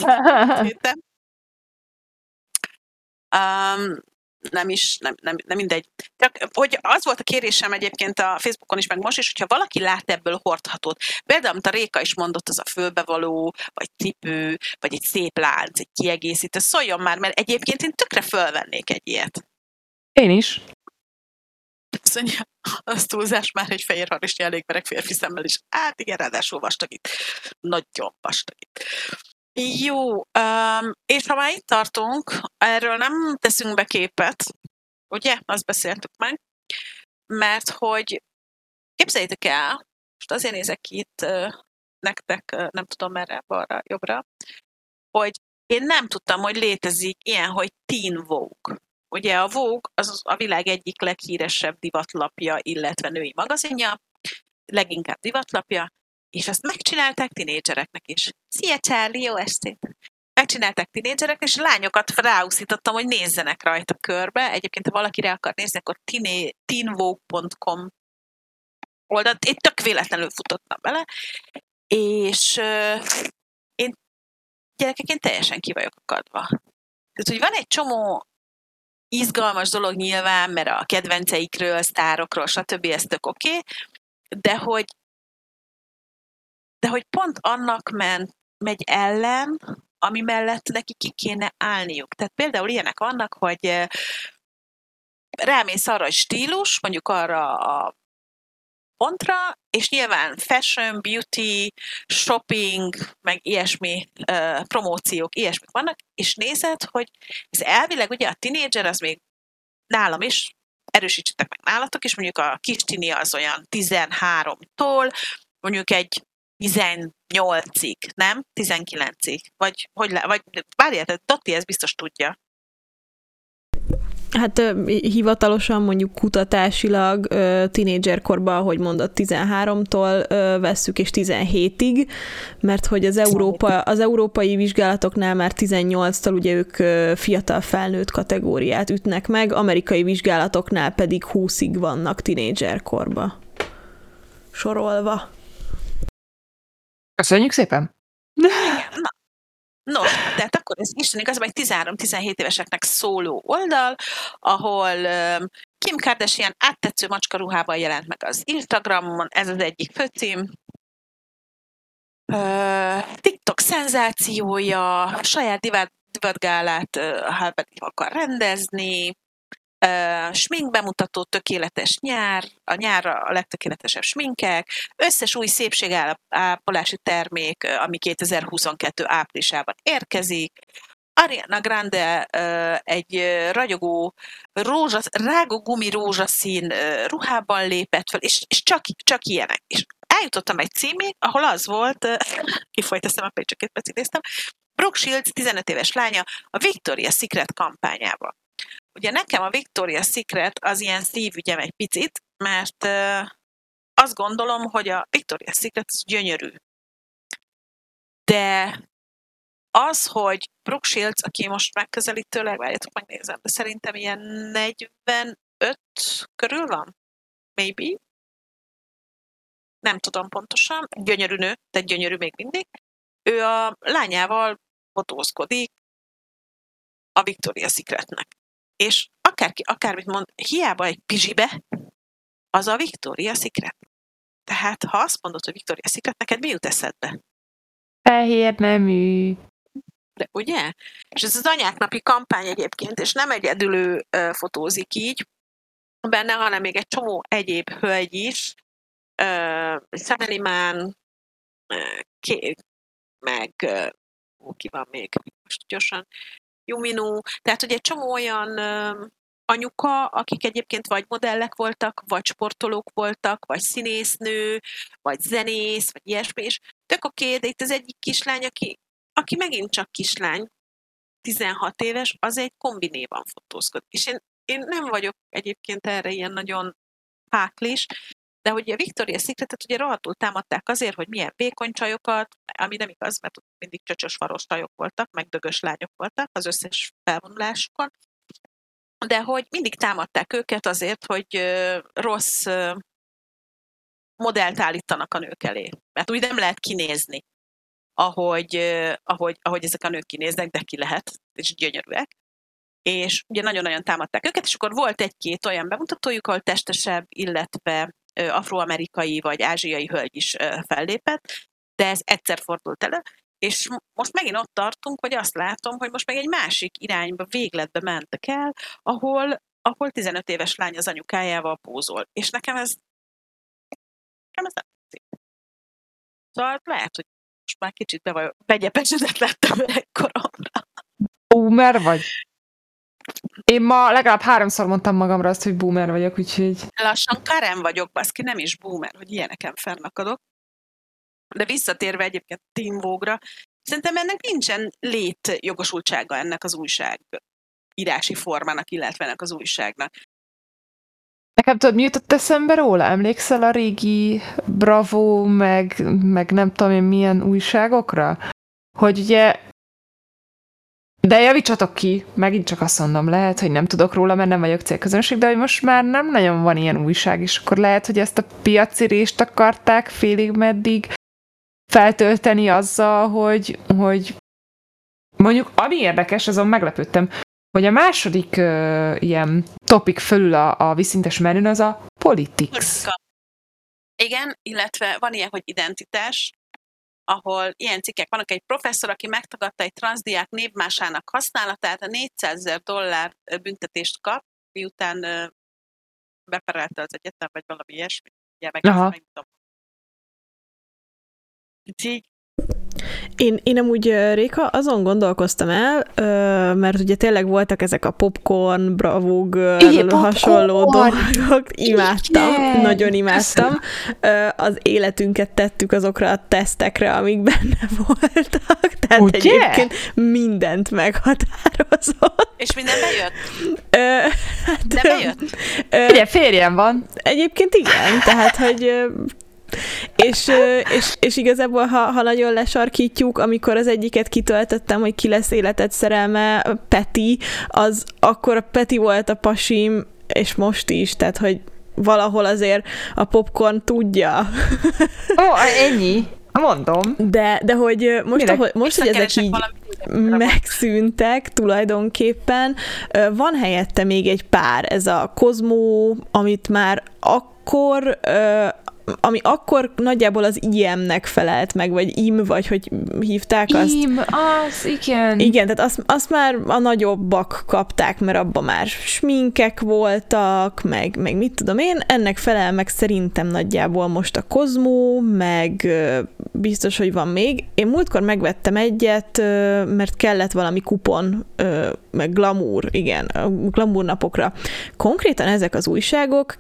Nem mindegy. Csak, hogy az volt a kérésem egyébként a Facebookon is, meg most is, hogyha valaki lát ebből hordhatót. Például, amit a Réka is mondott, az a fölbevaló, vagy cipő, vagy egy szép lánc, egy kiegészítő. Szóljon már, mert egyébként én tökre fölvennék egy ilyet. Én is. Szóval az túlzás, már egy fehér harisnya elég merek férfi szemmel is. Hát igen, ráadásul vastag itt. Nagyon vastag itt. Jó, és ha már itt tartunk, erről nem teszünk be képet, ugye? Azt beszéltük meg. Mert hogy képzeljétek el, most azért nézek itt nektek, nem tudom merre, balra, jobbra, hogy én nem tudtam, hogy létezik ilyen, hogy Teen Vogue. Ugye a Vogue az a világ egyik leghíresebb divatlapja, illetve női magazinja, leginkább divatlapja, és ezt megcsinálták tinédzsereknek is. Szia, Charlie, jó estét! Megcsinálták tinédzsereknek, és lányokat ráúszítottam, hogy nézzenek rajta körbe. Egyébként, ha valaki rá akar nézni, akkor teenvogue.com oldalt. Én tök véletlenül futottam bele, és én teljesen ki vagyok akadva. Tehát, hogy van egy csomó izgalmas dolog nyilván, mert a kedvenceikről, sztárokról, stb. Ez tök oké, de hogy pont annak megy ellen, ami mellett neki ki kéne állniuk. Tehát például ilyenek vannak, hogy rámész arra a stílus, mondjuk arra a pontra, és nyilván fashion, beauty, shopping, meg ilyesmi promóciók, ilyesmik vannak, és nézed, hogy ez elvileg ugye a tinédzser, az még nálam is, erősítsetek meg nálatok, és mondjuk a kis tini az olyan 13-tól, mondjuk egy 18-ig, nem? 19-ig. Vagy várjál, Dotti ezt biztos tudja. Hát hivatalosan mondjuk kutatásilag tínédzserkorban, ahogy mondott, 13-tól vesszük, és 17-ig, mert hogy az európai vizsgálatoknál már 18-tal ugye ők fiatal felnőtt kategóriát ütnek meg, amerikai vizsgálatoknál pedig 20-ig vannak tínédzserkorba sorolva. Köszönjük szépen! Nos, tehát akkor ez Isten igazából egy 13-17 éveseknek szóló oldal, ahol Kim Kardashian áttetsző macskaruhában jelent meg az Instagramon, ez az egyik főcím. TikTok szenzációja, saját divatgálát akar rendezni, smink bemutató, tökéletes nyár, a nyárra a legtökéletesebb sminkek, összes új szépségápolási termék, ami 2022 áprilisában érkezik, Ariana Grande egy ragyogó rágógumi rózsaszín ruhában lépett fel, és csak ilyenek. És eljutottam egy címig, ahol az volt, kifolyt a szemem, csak 2 percig néztem, Brooke Shields 15 éves lánya a Victoria's Secret kampányába. Ugye nekem a Victoria's Secret az ilyen szívügyem egy picit, mert azt gondolom, hogy a Victoria's Secret az gyönyörű. De az, hogy Brooke Shields, aki most megközelítőleg, várjátok, megnézem, de szerintem ilyen 45 körül van? Maybe? Nem tudom pontosan. Gyönyörű nő, de gyönyörű még mindig. Ő a lányával fotózkodik a Victoria's Secretnek. És akármit mond, hiába egy pizsibe, az a Victoria's Secret. Tehát, ha azt mondod, hogy Victoria's Secret, neked mi jut eszedbe? Fehér nemű. De ugye? És ez az anyáknapi kampány egyébként, és nem egyedül ő fotózik így benne, hanem még egy csomó egyéb hölgy is, Szemelimán, meg ki van még most gyorsan, Juminu, tehát ugye egy csomó olyan anyuka, akik egyébként vagy modellek voltak, vagy sportolók voltak, vagy színésznő, vagy zenész, vagy ilyesmi, és tök oké, de itt az egyik kislány, aki megint csak kislány, 16 éves, az egy kombinéban fotózkodik. És én nem vagyok egyébként erre ilyen nagyon páklis, de hogy a Victoria's Secretet ugye rohadtul támadták azért, hogy milyen vékony csajokat, ami nem igaz, mert ott mindig csöcsös faros csajok voltak, meg dögös lányok voltak az összes felvonulásukon, de hogy mindig támadták őket azért, hogy rossz modellt állítanak a nők elé. Mert úgy nem lehet kinézni, ahogy ezek a nők kinéznek, de ki lehet, és gyönyörűek. És ugye nagyon-nagyon támadták őket, és akkor volt egy-két olyan bemutatójuk, ahol testesebb, illetve afroamerikai vagy ázsiai hölgy is fellépett, de ez egyszer fordult elő, és most megint ott tartunk, hogy azt látom, hogy most meg egy másik irányba, végletbe mentek el, ahol 15 éves lány az anyukájával pózol. És nekem ez nem tetszik. Szóval lehet, hogy most már kicsit begyepesedett lettem öregkoromra. Boomer vagy? Én ma legalább 3-szor mondtam magamra azt, hogy boomer vagyok, úgyhogy... Lassan Karen vagyok, baszki, nem is boomer, hogy ilyeneken fennakadok. De visszatérve egyébként Teen Vogue-ra, szerintem ennek nincsen létjogosultsága ennek az újság írási formának, illetve ennek az újságnak. Nekem tudod, mi jutott eszembe róla? Emlékszel a régi Bravo, meg nem tudom én milyen újságokra? Hogy ugye... De javítsatok ki, megint csak azt mondom, lehet, hogy nem tudok róla, mert nem vagyok célközönség, de hogy most már nem nagyon van ilyen újság, és akkor lehet, hogy ezt a piaci rést akarták félig meddig feltölteni azzal, hogy mondjuk, ami érdekes, azon meglepődtem, hogy a második ilyen topik fölül a vízszintes menün az a politics. Igen, illetve van ilyen, hogy identitás, ahol ilyen cikkek vannak, egy professzor, aki megtagadta egy transzdiák névmásának használatát, a $400,000 büntetést kap, miután beperelte az egyetem, vagy valami ilyesmi. Én amúgy, Réka, azon gondolkoztam el, mert ugye tényleg voltak ezek a popcorn, Bravo Girl, hasonló dolgok. Imádtam, nagyon imádtam. Az életünket tettük azokra a tesztekre, amik benne voltak. Tehát ugye? Egyébként mindent meghatározott. És minden bejött? De bejött? Ugye, férjem van. Egyébként igen, tehát, hogy... És igazából, ha nagyon lesarkítjuk, amikor az egyiket kitöltöttem, hogy ki lesz életed szerelme, Peti, az akkor a Peti volt a pasim, és most is, tehát, hogy valahol azért a popcorn tudja. Ennyi. Mondom. De hogy most hogy ezek így megszűntek tulajdonképpen, van helyette még egy pár, ez a Kozmó, amit már akkor... ami akkor nagyjából az IM-nek felelt meg, vagy IM, vagy hogy hívták azt. IM, az, igen. Igen, tehát azt már a nagyobbak kapták, mert abban már sminkek voltak, meg mit tudom én, ennek felel meg szerintem nagyjából most a Kozmó, meg biztos, hogy van még. Én múltkor megvettem egyet, mert kellett valami kupon, meg glamour, igen, a glamour napokra. Konkrétan ezek az újságok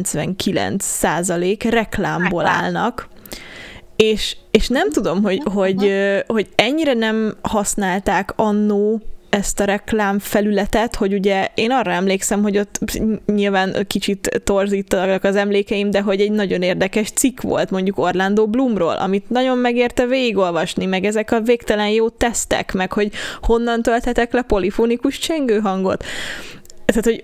99% reklámból állnak, és nem tudom, hogy ennyire nem használták annó ezt a reklám felületet, hogy ugye én arra emlékszem, hogy ott nyilván kicsit torzítanak az emlékeim, de hogy egy nagyon érdekes cikk volt mondjuk Orlando Bloomról, amit nagyon megérte végigolvasni, meg ezek a végtelen jó tesztek, meg hogy honnan tölthetek le polifonikus csengőhangot. Tehát, hogy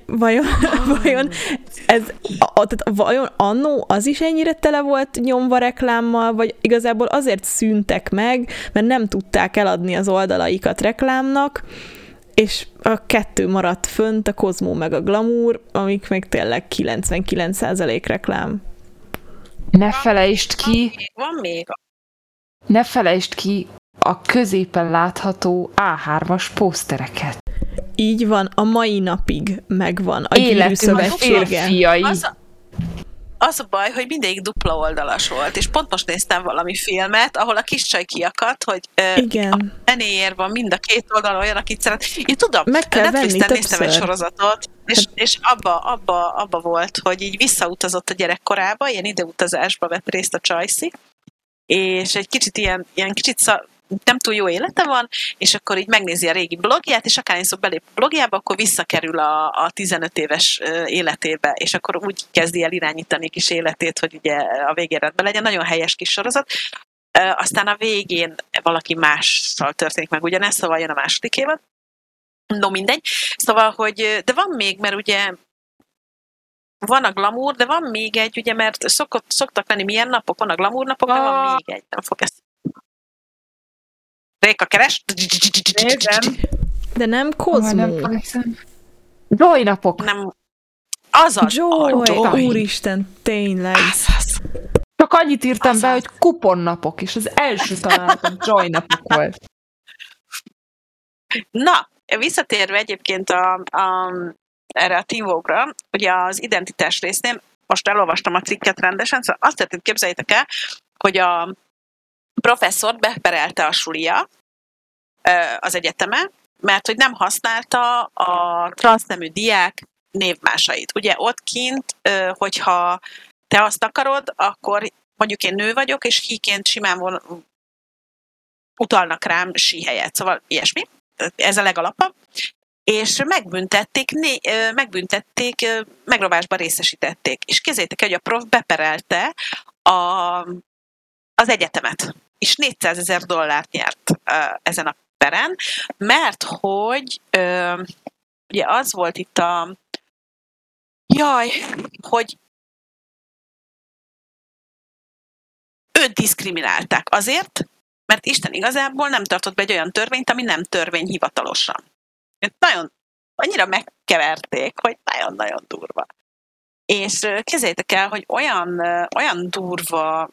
vajon annó az is ennyire tele volt nyomva reklámmal, vagy igazából azért szűntek meg, mert nem tudták eladni az oldalaikat reklámnak, és a kettő maradt fönt, a Kozmó meg a Glamour, amik meg tényleg 99% reklám. Ne felejtsd ki! Van még. Ne felejtsd ki a középen látható A3-as pósztereket. Így van, a mai napig megvan a Gyűrű Szövetsége. az a baj, hogy mindegyik dupla oldalas volt, és pont most néztem valami filmet, ahol a kis csaj kiakadt, hogy igen. a zenéért van mind a két oldalon olyan, akit szeret. Én tudom, Netflixen néztem egy sorozatot, és abba volt, hogy így visszautazott a gyerekkorába, ilyen ideutazásba vett részt a Csajci, és egy kicsit ilyen kicsit nem túl jó élete van, és akkor így megnézi a régi blogját, és akárhányszor belép a blogjába, akkor visszakerül a 15 éves életébe, és akkor úgy kezdi el irányítani kis életét, hogy ugye a végén rendben legyen. Nagyon helyes kis sorozat. Aztán a végén valaki mással történik meg ugyanezt, szóval jön a második évad. No, mindegy. Szóval, hogy de van még, mert ugye van a glamour, de van még egy, ugye, mert szoktak lenni milyen napok, van a glamour napok, de van még egy, nem fog ezt. Réka keres. Nézem. De nem Kozmó. Joy napok. Nem. Azaz. Joy. Úristen, tényleg. Csak annyit írtam be, hogy kupon napok, és az első találatom Joy napok volt. Na, visszatérve egyébként erre a Teen Vogue-ra, ugye az identitás résznél, most elolvastam a cikket rendesen, szóval azt történt, képzeljétek el, hogy a professzor beperelte a sulia az egyeteme, mert hogy nem használta a transznemű diák névmásait. Ugye ott kint, hogyha te azt akarod, akkor mondjuk én nő vagyok, és híként simán utalnak rám sí helyet. Szóval ilyesmi. Ez a legalapabb. És megbüntették, megrovásba részesítették. És képzeljétek el, hogy a prof beperelte az egyetemet. És $400,000 nyert ezen a peren, mert hogy ugye az volt itt hogy őt diszkriminálták azért, mert Isten igazából nem tartott be egy olyan törvényt, ami nem törvény hivatalosan. Nagyon, annyira megkeverték, hogy nagyon-nagyon durva. És képzeljétek el, hogy olyan durva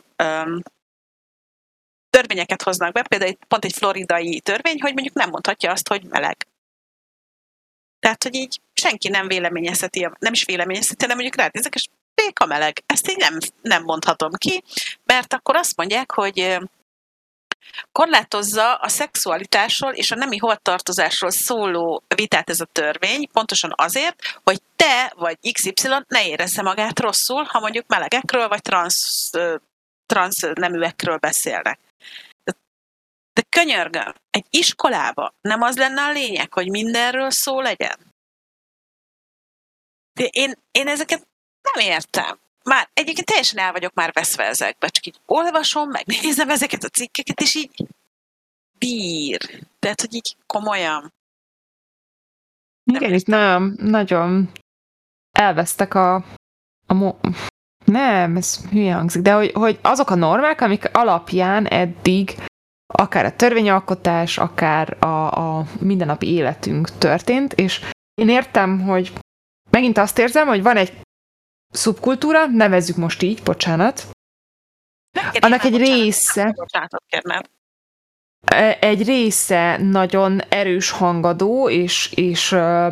törvényeket hoznak be, például pont egy floridai törvény, hogy mondjuk nem mondhatja azt, hogy meleg. Tehát, hogy így senki nem véleményezheti, nem is véleményezheti, hanem mondjuk ránézek, és béka meleg. Ezt így nem mondhatom ki, mert akkor azt mondják, hogy korlátozza a szexualitásról és a nemi hovatartozásról szóló vitát ez a törvény, pontosan azért, hogy te vagy XY ne érezze magát rosszul, ha mondjuk melegekről vagy transz neműekről beszélnek. De könyörgöm, egy iskolába nem az lenne a lényeg, hogy mindenről szó legyen? De én ezeket nem értem. Már egyébként teljesen el vagyok már veszve ezekbe, csak így olvasom, megnézem ezeket a cikkeket, és így bír. Tehát, hogy így komolyan. Igen, itt nagyon elvesztek nem, ez hülye hangzik, de hogy azok a normák, amik alapján eddig akár a törvényalkotás, akár a mindennapi életünk történt, és én értem, hogy megint azt érzem, hogy van egy szubkultúra, nevezzük most így, bocsánat. Annak egy része, egy része nagyon erős hangadó, és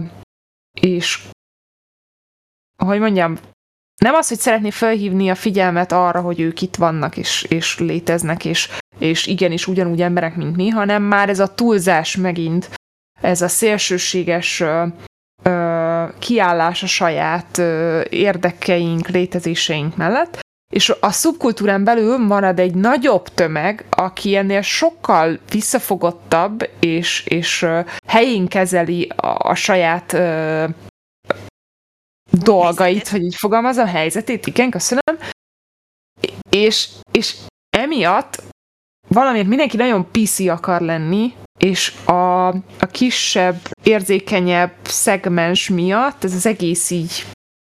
hogy mondjam, nem az, hogy szeretné felhívni a figyelmet arra, hogy ők itt vannak, és léteznek, és igenis ugyanúgy emberek, mint mi, hanem már ez a túlzás megint, ez a szélsőséges kiállás a saját érdekeink, létezéseink mellett, és a szubkultúrán belül marad egy nagyobb tömeg, aki ennél sokkal visszafogottabb, és helyén kezeli a saját dolgait, hogy így fogalmazom, helyzetét, igen, köszönöm, és emiatt valamiért mindenki nagyon PC akar lenni, és a kisebb, érzékenyebb szegmens miatt ez az egész így.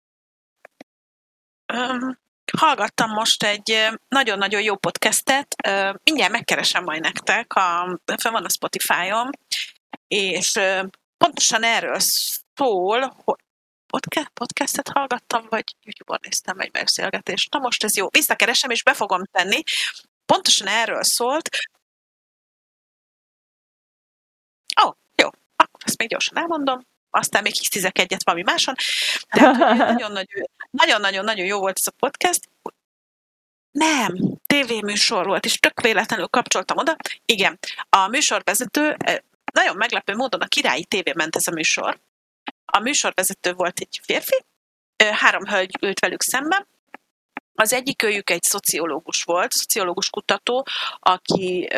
Hallgattam most egy nagyon-nagyon jó podcastet, mindjárt megkeresem majd nektek, fel van a Spotify-on, és pontosan erről szól, hogy podcastet hallgattam, vagy YouTube-on néztem egy beszélgetést. Na most ez jó, visszakeresem, és be fogom tenni. Pontosan erről szólt. Jó, akkor ezt még gyorsan elmondom. aztán még hisztizek egyet valami máson. Tehát nagyon-nagyon jó volt ez a podcast. Nem, tévéműsor volt, és tök véletlenül kapcsoltam oda. Igen, a műsorvezető, nagyon meglepő módon a Királyi TV ment ez a műsor. A műsorvezető volt egy férfi, 3 hölgy ült velük szemben. Az egyik őjük egy szociológus volt, szociológus kutató, aki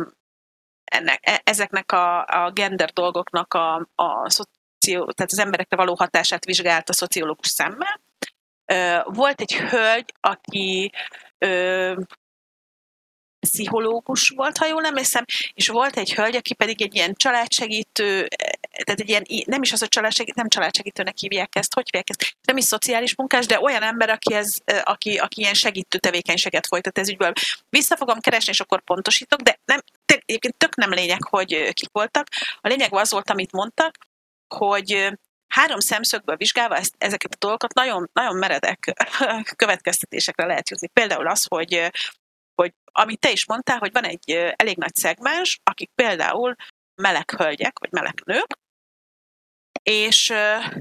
ezeknek a gender dolgoknak tehát az emberekre való hatását vizsgálta szociológus szemmel. Volt egy hölgy, aki pszichológus volt, ha jól emlékszem, és volt egy hölgy, aki pedig egy ilyen családsegítő, tehát egy ilyen, nem is az, hogy nem családsegítőnek hívják ezt, hogy hívják ezt, nem is szociális munkás, de olyan ember, aki ilyen segítő tevékenységet folytat ez ügyből. Vissza fogom keresni, és akkor pontosítok, de egyébként tök nem lényeg, hogy kik voltak. A lényeg az volt, amit mondtak, hogy 3 szemszögből vizsgálva ezeket a dolgokat nagyon, nagyon meredek következtetésekre lehet jutni. Például az, hogy amit te is mondtál, hogy van egy elég nagy szegmens, akik például meleg hölgyek, vagy meleg nők, és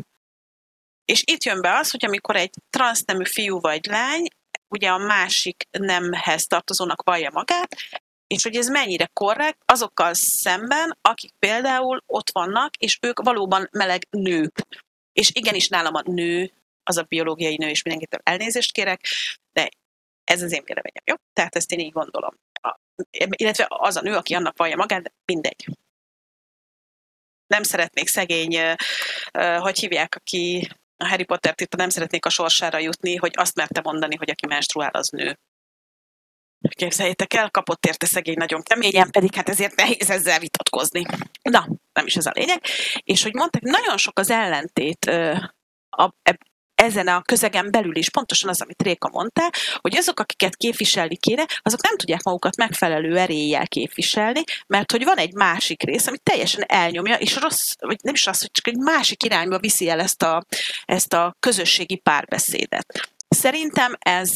itt jön be az, hogy amikor egy transznemű fiú vagy lány, ugye a másik nemhez tartozónak vallja magát, és hogy ez mennyire korrekt azokkal szemben, akik például ott vannak, és ők valóban meleg nők. És igenis nálam a nő, az a biológiai nő, és mindenkitől elnézést kérek, de ez az én véleményem, jó? Tehát ezt én így gondolom. Illetve az a nő, aki annak vallja magát, de mindegy. Nem szeretnék szegény, hogy hívják, aki a Harry Pottert írta, nem szeretnék a sorsára jutni, hogy azt merte mondani, hogy aki menstruál, az nő. Képzeljétek el, kapott érte szegény nagyon keményen, pedig hát ezért nehéz ezzel vitatkozni. Na, nem is ez a lényeg. És hogy mondták, nagyon sok az ellentét ezen a közegen belül is, pontosan az, amit Réka mondta, hogy azok, akiket képviselni kéne, azok nem tudják magukat megfelelő eréllyel képviselni, mert hogy van egy másik rész, ami teljesen elnyomja, és rossz, vagy nem is az, hogy csak egy másik irányba viszi el ezt a közösségi párbeszédet. Szerintem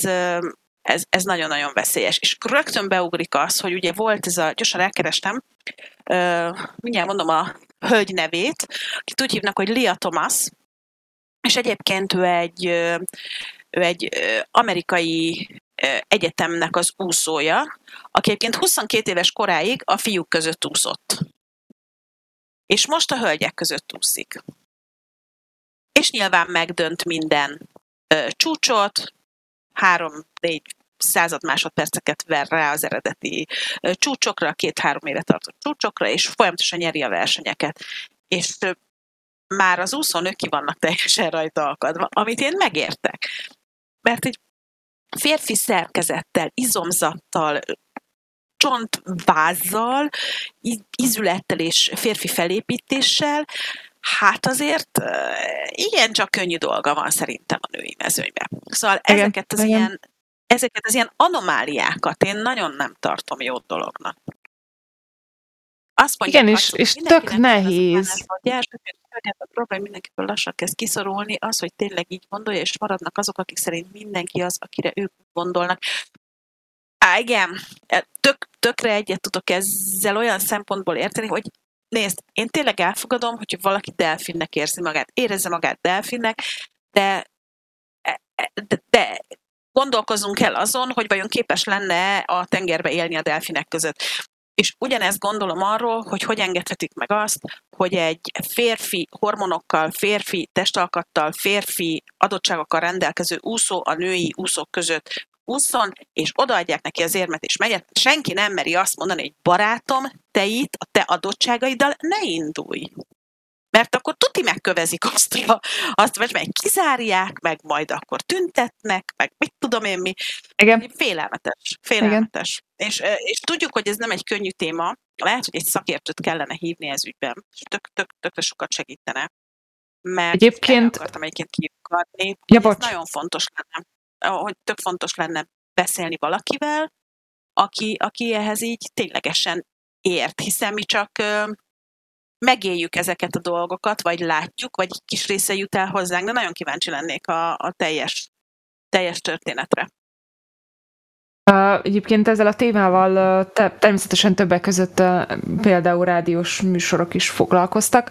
ez nagyon-nagyon veszélyes. És rögtön beugrik az, hogy ugye volt ez gyorsan elkerestem, mindjárt mondom a hölgy nevét, akit úgy hívnak, hogy Lia Thomas, és egyébként ő egy amerikai egyetemnek az úszója, aki egyébként 22 éves koráig a fiúk között úszott. És most a hölgyek között úszik. És nyilván megdönt minden csúcsot, 3-4 század másodperceket ver rá az eredeti csúcsokra, 2-3 éve tartott csúcsokra, és folyamatosan nyeri a versenyeket. És már az úszónők ki vannak teljesen rajta akadva, amit én megértek. Mert egy férfi szerkezettel, izomzattal, csontvázzal, ízülettel és férfi felépítéssel, hát azért igencsak könnyű dolga van szerintem a női mezőnyben. Szóval ezeket az ilyen anomáliákat én nagyon nem tartom jó dolognak. Azt mondják, igen, és tök nehéz. A problém mindenkiből lassan kezd kiszorulni, az, hogy tényleg így gondolja, és maradnak azok, akik szerint mindenki az, akire ők gondolnak. Igen, tökre egyet tudok ezzel olyan szempontból érteni, hogy nézd, én tényleg elfogadom, hogy valaki delfinnek érezze magát delfinnek, de gondolkozzunk el azon, hogy vajon képes lenne a tengerbe élni a delfinek között. És ugyanezt gondolom arról, hogy engedhetik meg azt, hogy egy férfi hormonokkal, férfi testalkattal, férfi adottságokkal rendelkező úszó a női úszók között úszon, és odaadják neki az érmet és megyet. Senki nem meri azt mondani, hogy barátom, te itt a te adottságaiddal ne indulj. Mert akkor tuti megkövezik azt vagy meg kizárják, meg majd akkor tüntetnek, meg mit tudom én mi. Igen. Félelmetes. És tudjuk, hogy ez nem egy könnyű téma. Lehet, hogy egy szakértőt kellene hívni ez ügyben, és tökre sokat segítene. Mert egyébként akartam egyébként kiukadni. Ez nagyon fontos lenne. Hogy tök fontos lenne beszélni valakivel, aki ehhez így ténylegesen ért, hiszen mi csak megéljük ezeket a dolgokat, vagy látjuk, vagy kis része jut el hozzánk, de nagyon kíváncsi lennék a teljes történetre. Egyébként ezzel a témával természetesen többek között például rádiós műsorok is foglalkoztak.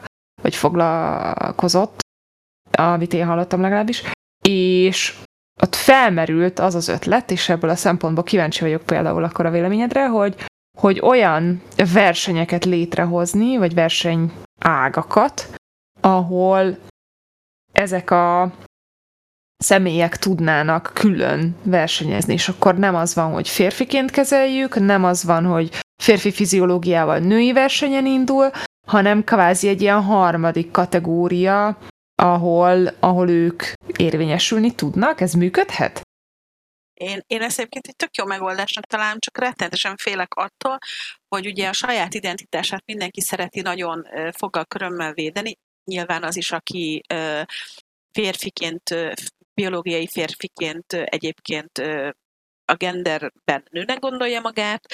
vagy foglalkozott, amit én hallottam legalábbis, és ott felmerült az az ötlet, és ebből a szempontból kíváncsi vagyok például akkor a véleményedre, hogy olyan versenyeket létrehozni, vagy versenyágakat, ahol ezek a személyek tudnának külön versenyezni, és akkor nem az van, hogy férfiként kezeljük, nem az van, hogy férfi fiziológiával női versenyen indul, hanem kvázi egy ilyen harmadik kategória, ahol ők érvényesülni tudnak. Ez működhet? Én ezt egyébként egy tök jó megoldásnak találom, csak rettenetesen félek attól, hogy ugye a saját identitását mindenki szereti nagyon foggal-körömmel védeni. Nyilván az is, aki férfiként, biológiai férfiként egyébként a genderben nőnek gondolja magát.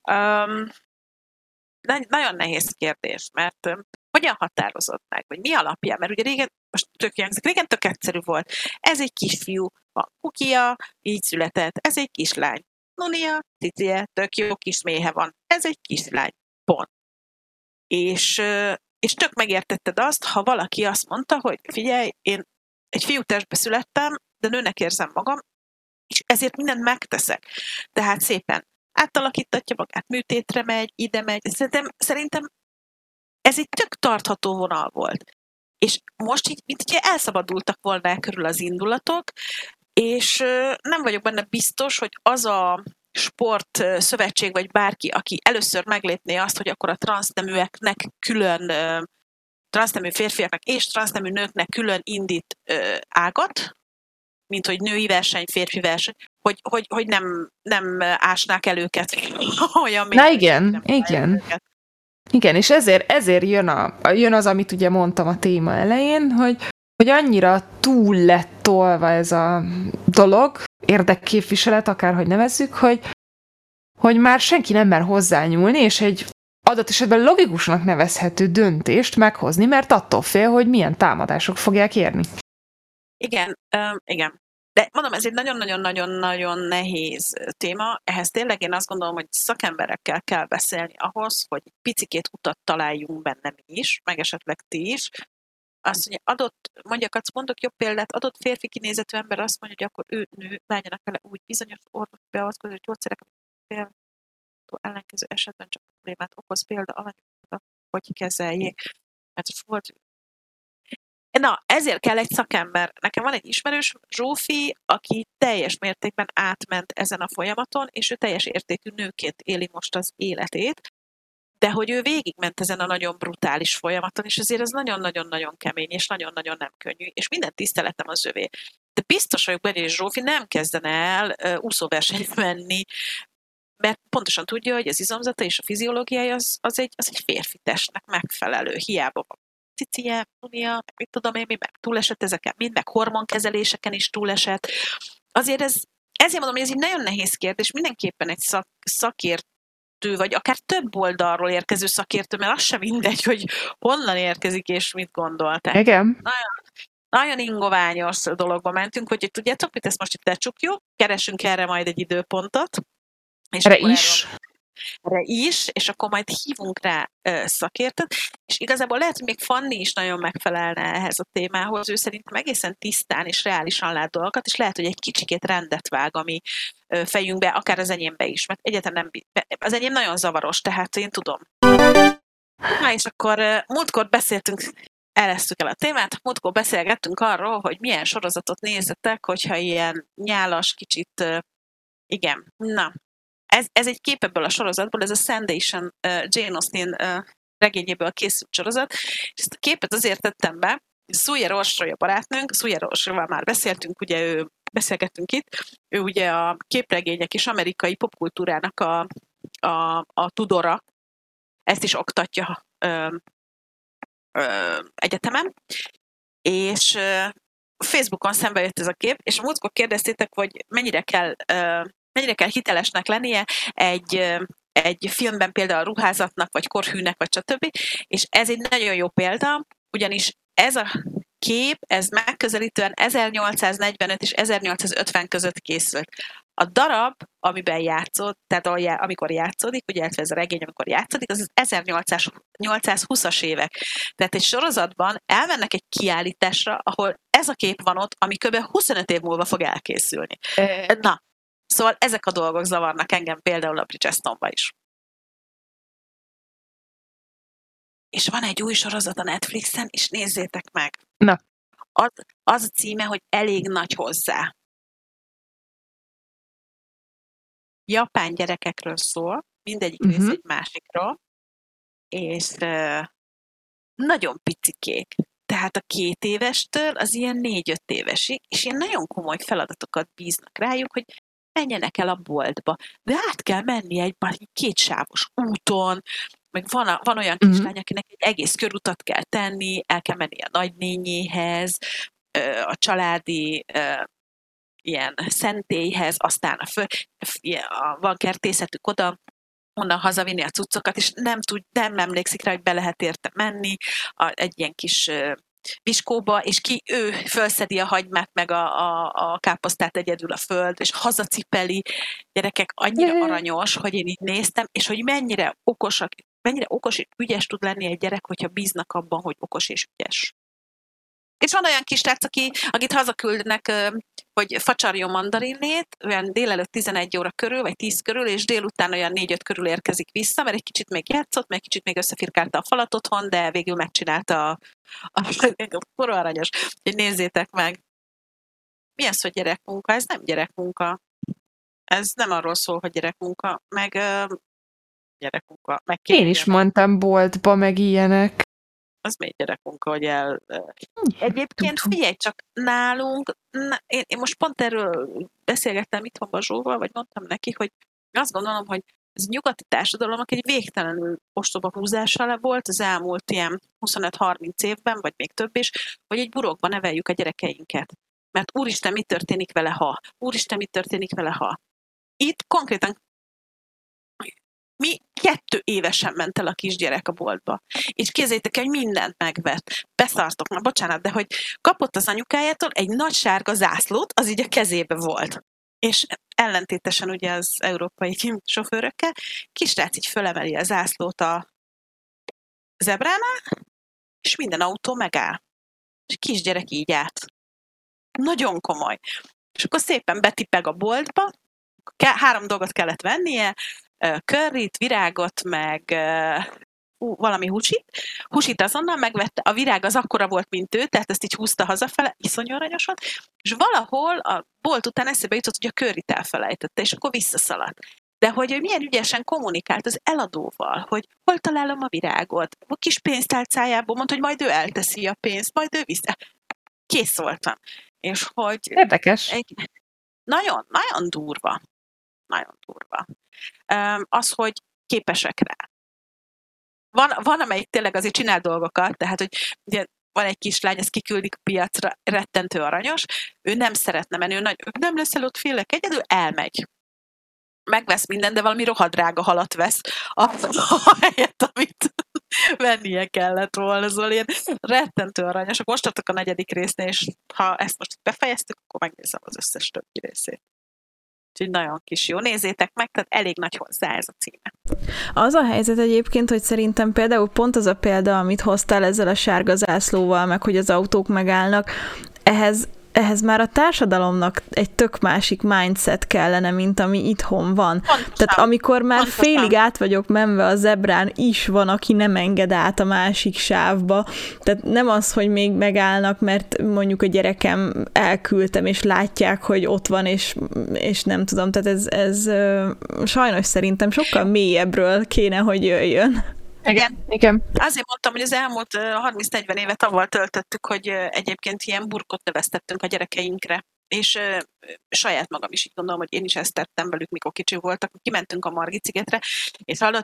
Nagyon nehéz kérdés, mert hogyan határozott meg, vagy mi alapján? Mert ugye régen, most régen tök egyszerű volt. Ez egy kisfiú, a kukia, így született, ez egy kislány. Nunia, cicie, tök jó kis méhe van. Ez egy kislány. Pont. És tök megértetted azt, ha valaki azt mondta, hogy figyelj, én egy fiútestbe születtem, de nőnek érzem magam, és ezért mindent megteszek. Tehát szépen átalakítatja magát, műtétre megy, ide megy. Szerintem ez egy tök tartható vonal volt. És most így, mint ugye elszabadultak volna körül az indulatok, és nem vagyok benne biztos, hogy az a sportszövetség, vagy bárki, aki először meglépné azt, hogy akkor a transzneműeknek külön, transznemű férfiaknak és transznemű nőknek külön indít ágat, mint hogy női verseny, férfi verseny, hogy nem ásnák el őket olyan még. Na igen. Igen, és ezért jön az, amit ugye mondtam a téma elején, hogy annyira túl lett tolva ez a dolog, érdekképviselet, akárhogy nevezzük, hogy már senki nem mer hozzányúlni, és egy adott esetben logikusnak nevezhető döntést meghozni, mert attól fél, hogy milyen támadások fogják érni. Igen. De mondom, ez egy nagyon-nagyon-nagyon-nagyon nehéz téma. Ehhez tényleg én azt gondolom, hogy szakemberekkel kell beszélni ahhoz, hogy picikét utat találjunk benne mi is, meg esetleg ti is. Azt mondja, mondok jobb példát, adott férfi kinézetű ember azt mondja, hogy akkor ő nő, bánjanak vele úgy bizonyos orvosi beavatkozó gyógyszerek, például ellenkező esetben csak problémát okoz, például alanyokat, hogy kezeljék. Mert volt. Na, ezért kell egy szakember. Nekem van egy ismerős, Zsófi, aki teljes mértékben átment ezen a folyamaton, és ő teljes értékű nőként éli most az életét, de hogy ő végigment ezen a nagyon brutális folyamaton, és azért ez nagyon-nagyon-nagyon kemény, és nagyon-nagyon nem könnyű, és minden tiszteletem az övé. De biztos vagyok benne, hogy Zsófi nem kezdene el úszóversenyt menni, mert pontosan tudja, hogy az izomzata és a fiziológiája az egy férfi testnek megfelelő, hiába van cicie, unia, mit tudom én, mi meg túlesett ezeken, mind meg hormonkezeléseken is túlesett. Azért ezért mondom, hogy ez egy nagyon nehéz kérdés, mindenképpen egy szakértő, vagy akár több oldalról érkező szakértő, mert az sem mindegy, hogy honnan érkezik és mit gondol. Tehát igen. Nagyon ingoványos dologba mentünk, hogy tudjátok, mit ezt most itt lecsukjuk, keresünk erre majd egy időpontot. És erre is, és akkor majd hívunk rá szakértőt, és igazából lehet, hogy még Fanni is nagyon megfelelne ehhez a témához, ő szerintem egészen tisztán és reálisan lát dolgokat, és lehet, hogy egy kicsikét rendet vág a mi fejünkbe, akár az enyémbe is, mert egyáltalán nem, az enyém nagyon zavaros, tehát én tudom. Na és akkor múltkor eresztük el a témát, múltkor beszélgettünk arról, hogy milyen sorozatot nézzetek, hogyha ilyen nyálas, kicsit, igen, na. Ez egy kép ebből a sorozatból, ez a Sandation Jane Austen regényéből készült sorozat, és ezt a képet azért tettem be, Sawyer Orsoly a barátnőnk, Sawyer Orsolyval már beszéltünk, ugye beszélgettünk itt, ő ugye a képregények és amerikai popkultúrának a tudora, ezt is oktatja egyetemen, és Facebookon szembe jött ez a kép, és múltkor kérdeztétek, hogy mennyire kell hitelesnek lennie egy filmben például a ruházatnak, vagy korhűnek, vagy stb. És ez egy nagyon jó példa, ugyanis ez a kép, ez megközelítően 1845 és 1850 között készült. A darab, amiben játszott, tehát amikor játszódik, ugye ez a regény, amikor játszódik, az 1820-as évek. Tehát egy sorozatban elmennek egy kiállításra, ahol ez a kép van ott, ami kb. 25 év múlva fog elkészülni. Na, szóval ezek a dolgok zavarnak engem például a Bridgestonba is. És van egy új sorozat a Netflixen, és nézzétek meg. Na. Az a címe, hogy Elég nagy hozzá. Japán gyerekekről szól, mindegyik rész egy másikról, és nagyon picikék. Tehát a 2 évestől az ilyen 4-5 évesig, és ilyen nagyon komoly feladatokat bíznak rájuk, hogy menjenek el a boltba. De át kell menni egy 2 sávos úton, meg van olyan kislány, akinek egy egész körutat kell tenni, el kell menni a nagynényéhez, a családi ilyen szentélyhez, aztán van kertészetük oda, onnan hazavinni a cuccokat, és nem emlékszik rá, hogy be lehet érte menni egy ilyen kis viskóba, és ő fölszedi a hagymát, meg a káposztát egyedül a föld, és hazacipeli. Gyerekek, annyira aranyos, hogy én így néztem, és hogy mennyire okos és ügyes tud lenni egy gyerek, hogyha bíznak abban, hogy okos és ügyes. És van olyan kis akit hazaküldnek, hogy facsarjon mandarinnét, olyan délelőtt 11 óra körül, vagy 10 körül, és délután olyan 4-5 körül érkezik vissza, mert egy kicsit még játszott, meg egy kicsit még összefirkálta a falat otthon, de végül megcsinálta a forró aranyos. Úgyhogy nézzétek meg. Mi az, hogy gyerekmunka? Ez nem gyerekmunka. Ez nem arról szól, hogy gyerekmunka, meg gyerekmunka. Én is mondtam boltba, meg ilyenek. Az még gyerekmunka, hogy Egyébként figyelj csak, nálunk, én most pont erről beszélgettem itthon Bazsóval, vagy mondtam neki, hogy azt gondolom, hogy ez a nyugati társadalomnak egy végtelenül ostoba húzása volt az elmúlt ilyen 25-30 évben, vagy még több is, hogy egy burokba neveljük a gyerekeinket. Mert úristen, mi történik vele, ha? Úristen, mi történik vele, ha? Itt konkrétan mi 2 évesen ment el a kisgyerek a boltba. És képzeljétek el, hogy mindent megvett. Beszartok, na bocsánat, de hogy kapott az anyukájától egy nagy sárga zászlót, az így a kezébe volt. És ellentétesen ugye az európai sofőrökkel, kisrác így fölemeli a zászlót a zebránál, és minden autó megáll. És a kisgyerek így állt. Nagyon komoly. És akkor szépen betipeg a boltba, 3 dolgot kellett vennie, curryt, virágot, meg valami húsit azonnal megvette, a virág az akkora volt, mint ő, tehát ezt így húzta hazafele, iszonyú aranyos volt, és valahol a bolt után eszébe jutott, hogy a curryt elfelejtette, és akkor visszaszaladt. De hogy milyen ügyesen kommunikált az eladóval, hogy hol találom a virágot, a kis pénztárcájából mondta, hogy majd ő elteszi a pénzt, majd ő vissza. Kész voltam. És hogy... Érdekes. Nagyon, nagyon durva. Nagyon durva. Az, hogy képesek rá. Van, amelyik tényleg azért csinál dolgokat, tehát, hogy ugye van egy kislány, ezt kiküldik a piacra, rettentő aranyos, ő nem szeretne menni, ő nem lesz el ott félek, egyedül elmegy. Megvesz mindent, de valami rohadrága halat vesz helyett, amit vennie kellett volna. Szóval ilyen rettentő aranyosak. Most adtak a 4. résznél, és ha ezt most befejeztük, akkor megnézem az összes többi részét. Úgyhogy nagyon kis jó. Nézzétek meg, tehát elég nagy hozzá ez a címe. Az a helyzet egyébként, hogy szerintem például pont az a példa, amit hoztál ezzel a sárga zászlóval, meg hogy az autók megállnak, ehhez már a társadalomnak egy tök másik mindset kellene, mint ami itthon van. Pontosan. Tehát amikor már félig át vagyok menve a zebrán, is van, aki nem enged át a másik sávba. Tehát nem az, hogy még megállnak, mert mondjuk a gyerekem elküldtem, és látják, hogy ott van, és nem tudom. Tehát ez sajnos szerintem sokkal mélyebbről kéne, hogy jöjjön. Igen. Azért mondtam, hogy az elmúlt 30-40 évet avval töltöttük, hogy egyébként ilyen burkot növesztettünk a gyerekeinkre. És saját magam is így gondolom, hogy én is ezt tettem velük, mikor kicsi voltak. Kimentünk a Margit szigetre, és hallott,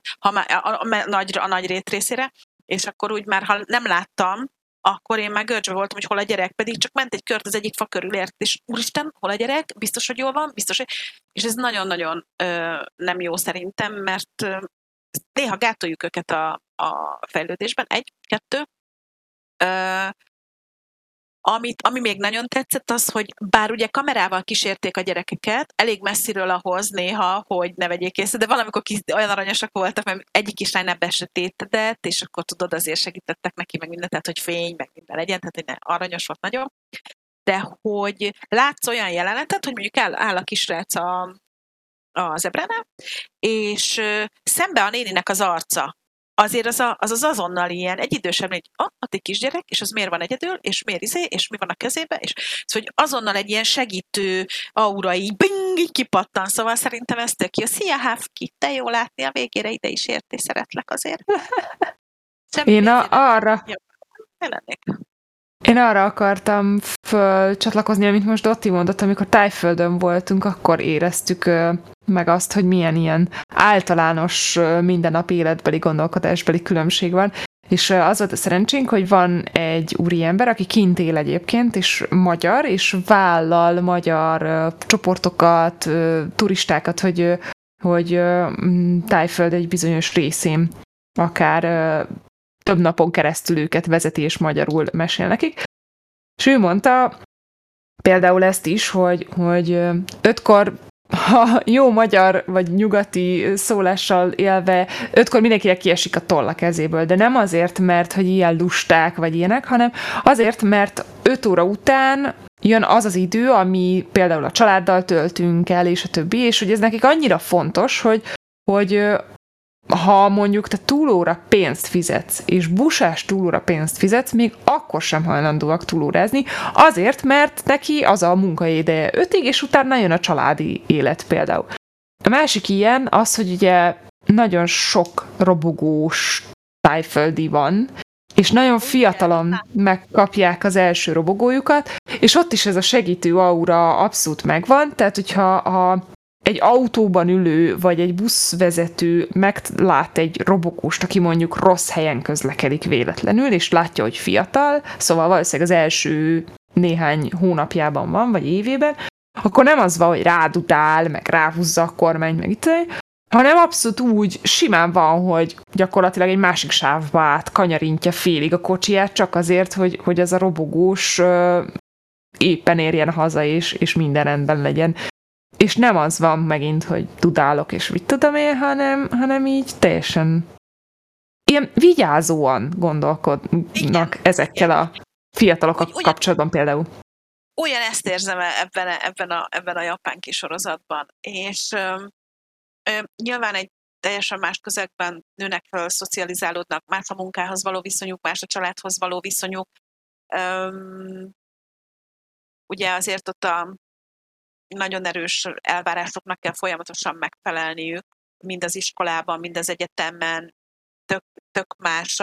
a nagy rétrészére, és akkor úgy már, ha nem láttam, akkor én már görcsbe voltam, hogy hol a gyerek, pedig csak ment egy kört az egyik fa körül, és úristen, hol a gyerek? Biztos, hogy jól van? Biztos, hogy... És ez nagyon-nagyon nem jó szerintem, mert néha gátoljuk őket a fejlődésben. 1, 2. Ami még nagyon tetszett az, hogy bár ugye kamerával kísérték a gyerekeket, elég messziről ahhoz néha, hogy ne vegyék észre, de valamikor olyan aranyosak voltak, mert egyik kislány ebbe sötétedett, és akkor tudod, azért segítettek neki meg mindent, tehát hogy fény, meg minden legyen, tehát hogy aranyos volt nagyon. De hogy látsz olyan jelenetet, hogy mondjuk áll a kisrác a zebránál, és szembe a néninek az arca. Azért az azonnal ilyen, egy idősebb négy, ott egy kisgyerek, és az miért van egyedül, és miért és mi van a kezébe, és szóval, hogy azonnal egy ilyen segítő aura így, bing, így kipattan, szóval szerintem ez tök jó. Szia, Hafki, te jó látni a végére, ide is értél, szeretlek azért. Én arra akartam csatlakozni, amit most Dotti mondott, amikor Tájföldön voltunk, akkor éreztük meg azt, hogy milyen ilyen általános mindennapi életbeli gondolkodásbeli különbség van. És az volt a szerencsénk, hogy van egy úriember, aki kint él egyébként, és magyar, és vállal magyar csoportokat, turistákat, hogy Tájföld egy bizonyos részén akár több napon keresztül őket vezeti, és magyarul mesél nekik. És ő mondta például ezt is, hogy 5-kor, ha jó magyar vagy nyugati szólással élve, 5-kor mindenkinek kiesik a toll a kezéből, de nem azért, mert hogy ilyen lusták vagy ilyenek, hanem azért, mert 5 óra után jön az az idő, ami például a családdal töltünk el, és a többi, és hogy ez nekik annyira fontos, hogy ha mondjuk te túlóra pénzt fizetsz, és busás túlóra pénzt fizetsz, még akkor sem hajlandóak túlórázni, azért, mert neki az a munkaideje 5-ig, és utána jön a családi élet például. A másik ilyen az, hogy ugye nagyon sok robogós tájföldi van, és nagyon fiatalon megkapják az első robogójukat, és ott is ez a segítő aura abszolút megvan, tehát hogyha egy autóban ülő, vagy egy buszvezető meglát egy robogóst, aki mondjuk rossz helyen közlekedik véletlenül, és látja, hogy fiatal, szóval valószínűleg az első néhány hónapjában van, vagy évében, akkor nem az van, hogy rádudál, meg ráhúzza a kormány, meg itt, hanem abszolút úgy simán van, hogy gyakorlatilag egy másik sávba át kanyarintja félig a kocsiját, csak azért, hogy az a robogós éppen érjen haza, és minden rendben legyen. És nem az van megint, hogy dudálok, és mit tudom én, hanem így teljesen ilyen vigyázóan gondolkodnak ezekkel a fiatalokkal kapcsolatban például. Olyan ezt érzem ebben a japán kisorozatban. És nyilván egy teljesen más közegben nőnek föl, szocializálódnak, más a munkához való viszonyuk, más a családhoz való viszonyuk. Ugye azért ott a nagyon erős elvárásoknak kell folyamatosan megfelelniük, mind az iskolában, mind az egyetemen, tök más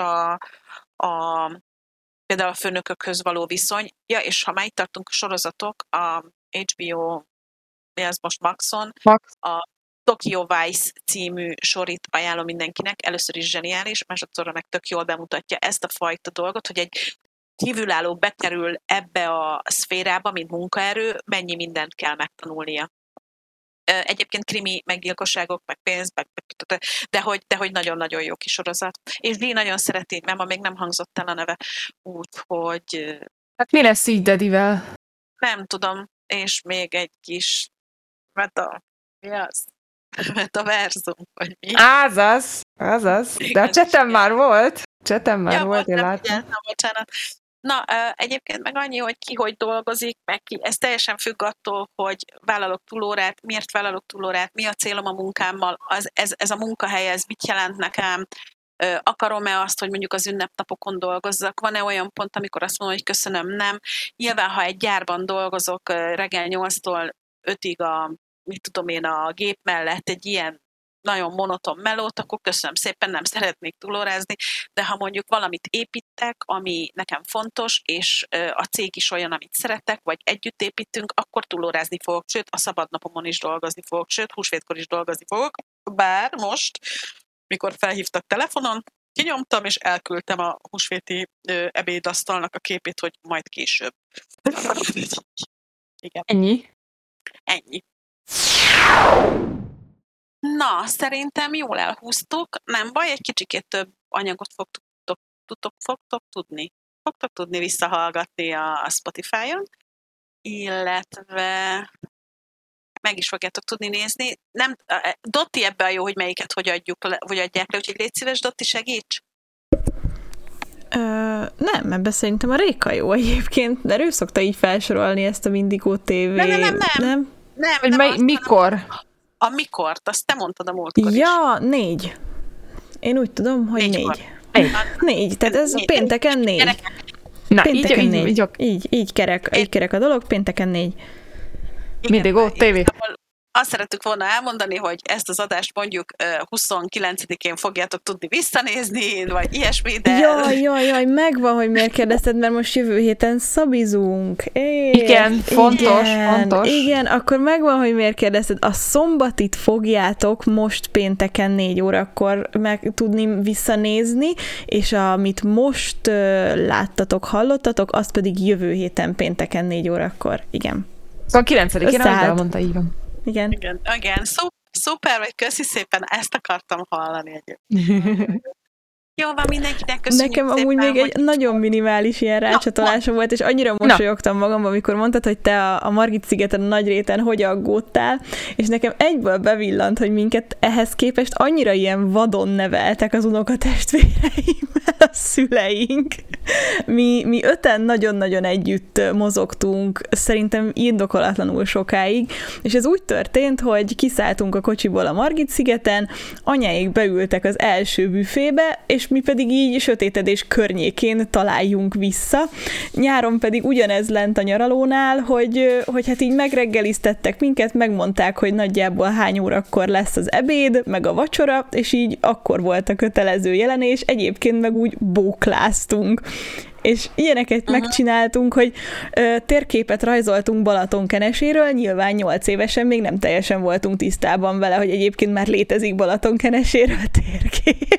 például a főnökökhöz való viszony. Ja, és ha már itt tartunk a sorozatok, a HBO, mi az most Maxon, a Tokyo Vice című sorit ajánlom mindenkinek, először is zseniális, másodszorra meg tök jól bemutatja ezt a fajta dolgot, hogy egy kívülálló bekerül ebbe a szférába, mint munkaerő, mennyi mindent kell Egyébként krimi, meg gyilkosságok, meg pénz, de hogy nagyon-nagyon jó kis sorozat. És Dee nagyon szereti, mert ma még nem hangzott el a neve, úgyhogy... Hát mi lesz így Dedivel? Nem tudom, és még egy kis mi az? Metaverzum, vagy mi? Azaz. De a chatem már volt. Én láttam. Bocsánat. Na, egyébként meg annyi, hogy ki hogy dolgozik, meg ki. Ez teljesen függ attól, hogy vállalok túlórát, miért vállalok túlórát, mi a célom a munkámmal, ez a munkahely, ez mit jelent nekem, akarom-e azt, hogy mondjuk az ünnepnapokon dolgozzak, van-e olyan pont, amikor azt mondom, hogy köszönöm, nem. Nyilván, ha egy gyárban dolgozok reggel 8-tól 5-ig a gép mellett egy ilyen nagyon monoton melót, akkor köszönöm szépen, nem szeretnék túlórázni, de ha mondjuk valamit építek, ami nekem fontos, és a cég is olyan, amit szeretek, vagy együtt építünk, akkor túlórázni fogok, sőt, a szabadnapomon is dolgozni fogok, sőt, húsvétkor is dolgozni fogok, bár most, mikor felhívtak telefonon, kinyomtam, és elküldtem a húsvéti ebédasztalnak a képét, hogy majd később. Igen. Ennyi. Na, szerintem jól elhúztuk. Nem baj, egy kicsikét több anyagot fogtok tudni. fogtok tudni visszahallgatni a Spotify-on, illetve meg is fogjátok tudni nézni. Nem, Dotti ebben a jó, hogy melyiket hogy adják le, úgyhogy légy szíves, Dotti, segíts! Nem, ebben szerintem a Réka jó egyébként, de ő szokta így felsorolni ezt a Mindigo TV. Nem. Mikor? A mikort, azt te mondtad a múltkor Ja, 4. Én úgy tudom, hogy 4. Tehát ez pénteken 4. Na, pénteken így kerek a dolog, pénteken 4. Mindigo TV. Azt szerettük volna elmondani, hogy ezt az adást mondjuk 29-én fogjátok tudni visszanézni, vagy ilyesmi, de... Jaj, megvan, hogy miért kérdezted, mert most jövő héten szabizunk. Igen, fontos. Igen, akkor megvan, hogy miért kérdezted. A szombatit fogjátok most pénteken 4 órakor meg tudni visszanézni, és amit most láttatok, hallottatok, azt pedig jövő héten pénteken 4 órakor. Igen. Szóval 9-én, ahogy elmondta, így van. Igen. Szuper, vagy köszi szépen, ezt akartam hallani egyébként. Jó van, mindenkinek köszönjük Nekem szépen, amúgy még egy nagyon minimális ilyen rácsatolásom volt, és annyira mosolyogtam magamban, amikor mondtad, hogy te a Margit-szigeten, a Nagyréten hogy aggódtál, és nekem egyből bevillant, hogy minket ehhez képest annyira ilyen vadon neveltek az unokatestvéreimmel a szüleink. Mi 5-en nagyon-nagyon együtt mozogtunk, szerintem indokolatlanul sokáig, és ez úgy történt, hogy kiszálltunk a kocsiból a Margit-szigeten, anyáik beültek az első büfébe, és mi pedig így sötétedés környékén találjunk vissza. Nyáron pedig ugyanez lent a nyaralónál, hogy hát így megreggeliztettek minket, megmondták, hogy nagyjából hány órakor lesz az ebéd, meg a vacsora, és így akkor volt a kötelező jelenés, egyébként meg úgy bókláztunk. És ilyeneket megcsináltunk, hogy térképet rajzoltunk Balatonkeneséről, nyilván 8 évesen még nem teljesen voltunk tisztában vele, hogy egyébként már létezik Balatonkeneséről térkép.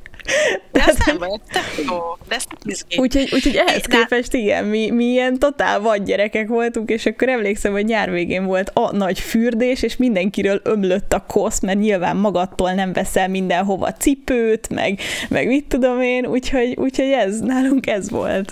De ez nem vagy, tök jó, de ez izgé. Úgyhogy ehhez képest igen, mi ilyen totál vadgyerekek voltunk, és akkor emlékszem, hogy nyár végén volt a nagy fürdés, és mindenkiről ömlött a kosz, mert nyilván magadtól nem veszel mindenhova cipőt, meg mit tudom én, úgyhogy ez, nálunk ez volt.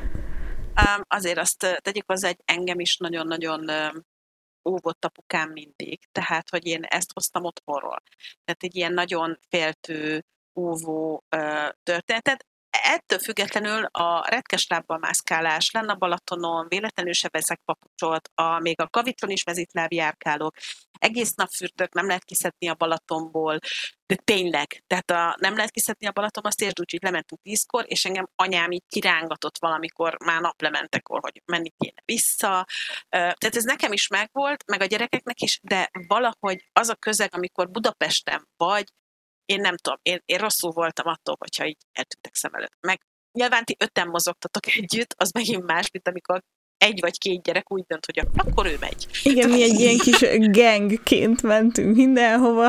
Azért azt tegyük hozzá, hogy engem is nagyon-nagyon óvott apukám mindig, tehát, hogy én ezt hoztam otthonról. Tehát egy ilyen nagyon féltő, óvó történetet. Ettől függetlenül a retkes lábbal mászkálás, lenn a Balatonon, véletlenül se veszek papucsot, még a kavitron is mezitláb járkálok, egész nap fürdök, nem lehet kiszedni a Balatonból, de tényleg, tehát nem lehet kiszedni a Balaton, azt értsd úgy, hogy lementünk 10-kor, és engem anyám így kirángatott valamikor, már naplementekor, hogy menni kéne vissza. Tehát ez nekem is megvolt, meg a gyerekeknek is, de valahogy az a közeg, amikor Budapesten vagy, én nem tudom, én rosszul voltam attól, hogyha így eltűntek szem előtt. Meg nyilván ti 5-en mozogtatok együtt, az megint más, mint amikor 1 vagy 2 gyerek úgy dönt, hogy akkor ő megy. Igen, mi egy ilyen kis gangként mentünk mindenhova,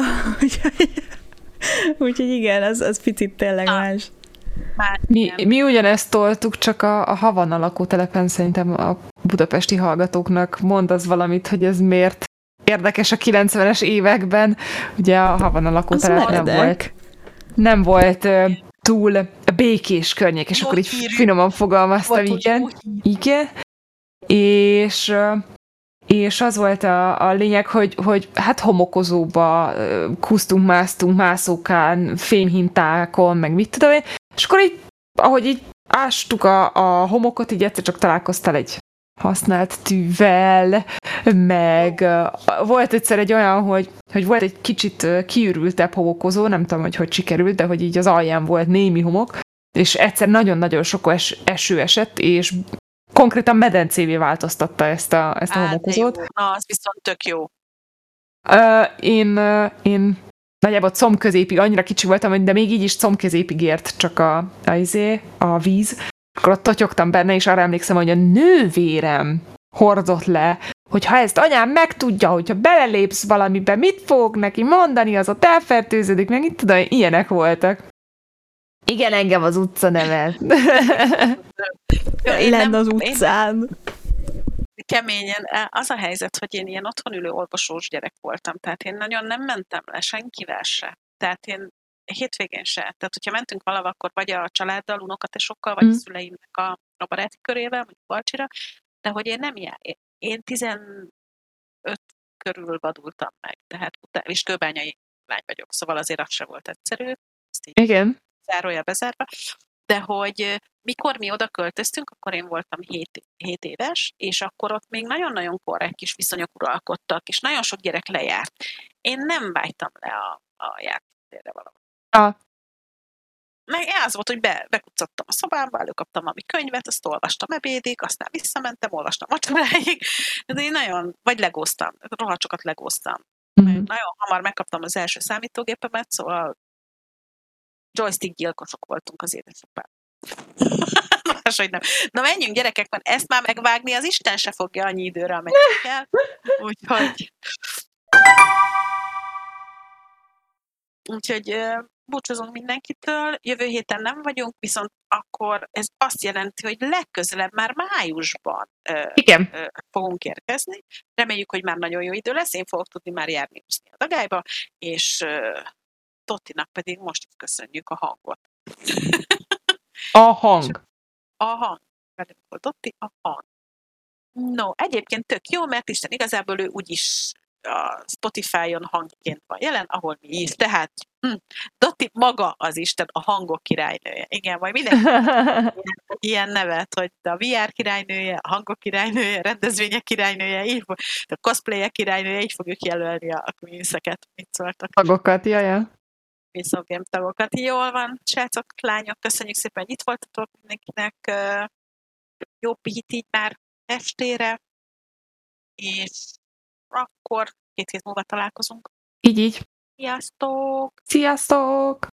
úgyhogy igen, az picit tényleg más. Mi ugyanezt toltuk, csak a Havana lakótelepen szerintem a budapesti hallgatóknak mond az valamit, hogy ez miért érdekes a 90-es években. Ugye a Havana lakótelep nem volt túl békés környék, és akkor így finoman fogalmaztam, igen. És az volt a lényeg, hogy hát homokozóba kusztunk, másztunk, mászókán, fémhintákon, meg mit tudom én, és akkor így, ahogy így ástuk a homokot, így egyszer csak találkoztál egy használt tűvel, meg volt egyszer egy olyan, hogy volt egy kicsit kiürültebb homokozó, nem tudom, hogy sikerült, de hogy így az alján volt némi homok, és egyszer nagyon-nagyon sok eső esett, és konkrétan medencévé változtatta ezt a homokozót. Na, az viszont tök jó. Én nagyjából combközépig, annyira kicsi voltam, de még így is combközépig ért csak a víz. Akkor ott totyogtam benne, és arra emlékszem, hogy a nővérem hordott le, hogy ha ezt anyám megtudja, hogyha belelépsz valamibe, mit fog neki mondani, az ott elfertőződik, meg itt tudom, ilyenek voltak. Igen, engem az utca nevel. Lenne az utcán. Keményen. Az a helyzet, hogy én ilyen otthon ülő olvasós gyerek voltam, tehát én nagyon nem mentem le senkivel se. Tehát én hétvégén se. Tehát, hogyha mentünk valahol, akkor vagy a családdal, unokatesokkal, vagy a szüleimnek a baráti körével, vagy Balcsira, de hogy én nem én 15 körül vadultam meg, tehát és kőbányai lány vagyok, szóval azért az se volt egyszerű. Igen. Zárója bezárva. De hogy mikor mi oda költöztünk, akkor én voltam 7 éves, és akkor ott még nagyon-nagyon korrekt kis viszonyok uralkodtak, és nagyon sok gyerek lejárt. Én nem vágytam le a játszótérre valahol. Meg az volt, hogy bekucottam a szobámba, előkaptam valami könyvet, azt olvastam ebédig, aztán visszamentem, olvastam vacsoráig, de én vagy legóztam, rohadt sokat legóztam. Nagyon hamar megkaptam az első számítógépemet, szóval joystick gyilkosok voltunk az édesapám. Máshogy nem. Na menjünk gyerekek, mert ezt már megvágni az Isten se fogja annyi időre, amennyit kell. Úgyhogy búcsúzunk mindenkitől, jövő héten nem vagyunk, viszont akkor ez azt jelenti, hogy legközelebb már májusban fogunk érkezni. Reméljük, hogy már nagyon jó idő lesz, én fogok tudni már járni úszni a Dagályba, és Dottinak pedig most köszönjük a hangot. A hang. A hang. Dotti, a hang. No, egyébként tök jó, mert Isten igazából ő úgyis a Spotify-on hangként van jelen, ahol mi is. Tehát Dotti maga az Isten, a hangok királynője. Igen, majd mindenki ilyen nevet, hogy a VR királynője, a hangok királynője, a rendezvények királynője, a cosplayek királynője, így fogjuk jelölni a queenseket, mit szóltak. Tagokat, jaja. Game tagokat. Jól van, srácok, lányok, köszönjük szépen, hogy itt voltatok mindenkinek. Jó pihit így már estére, és akkor 2 hét múlva találkozunk. Így. Sziasztok! Sziasztok!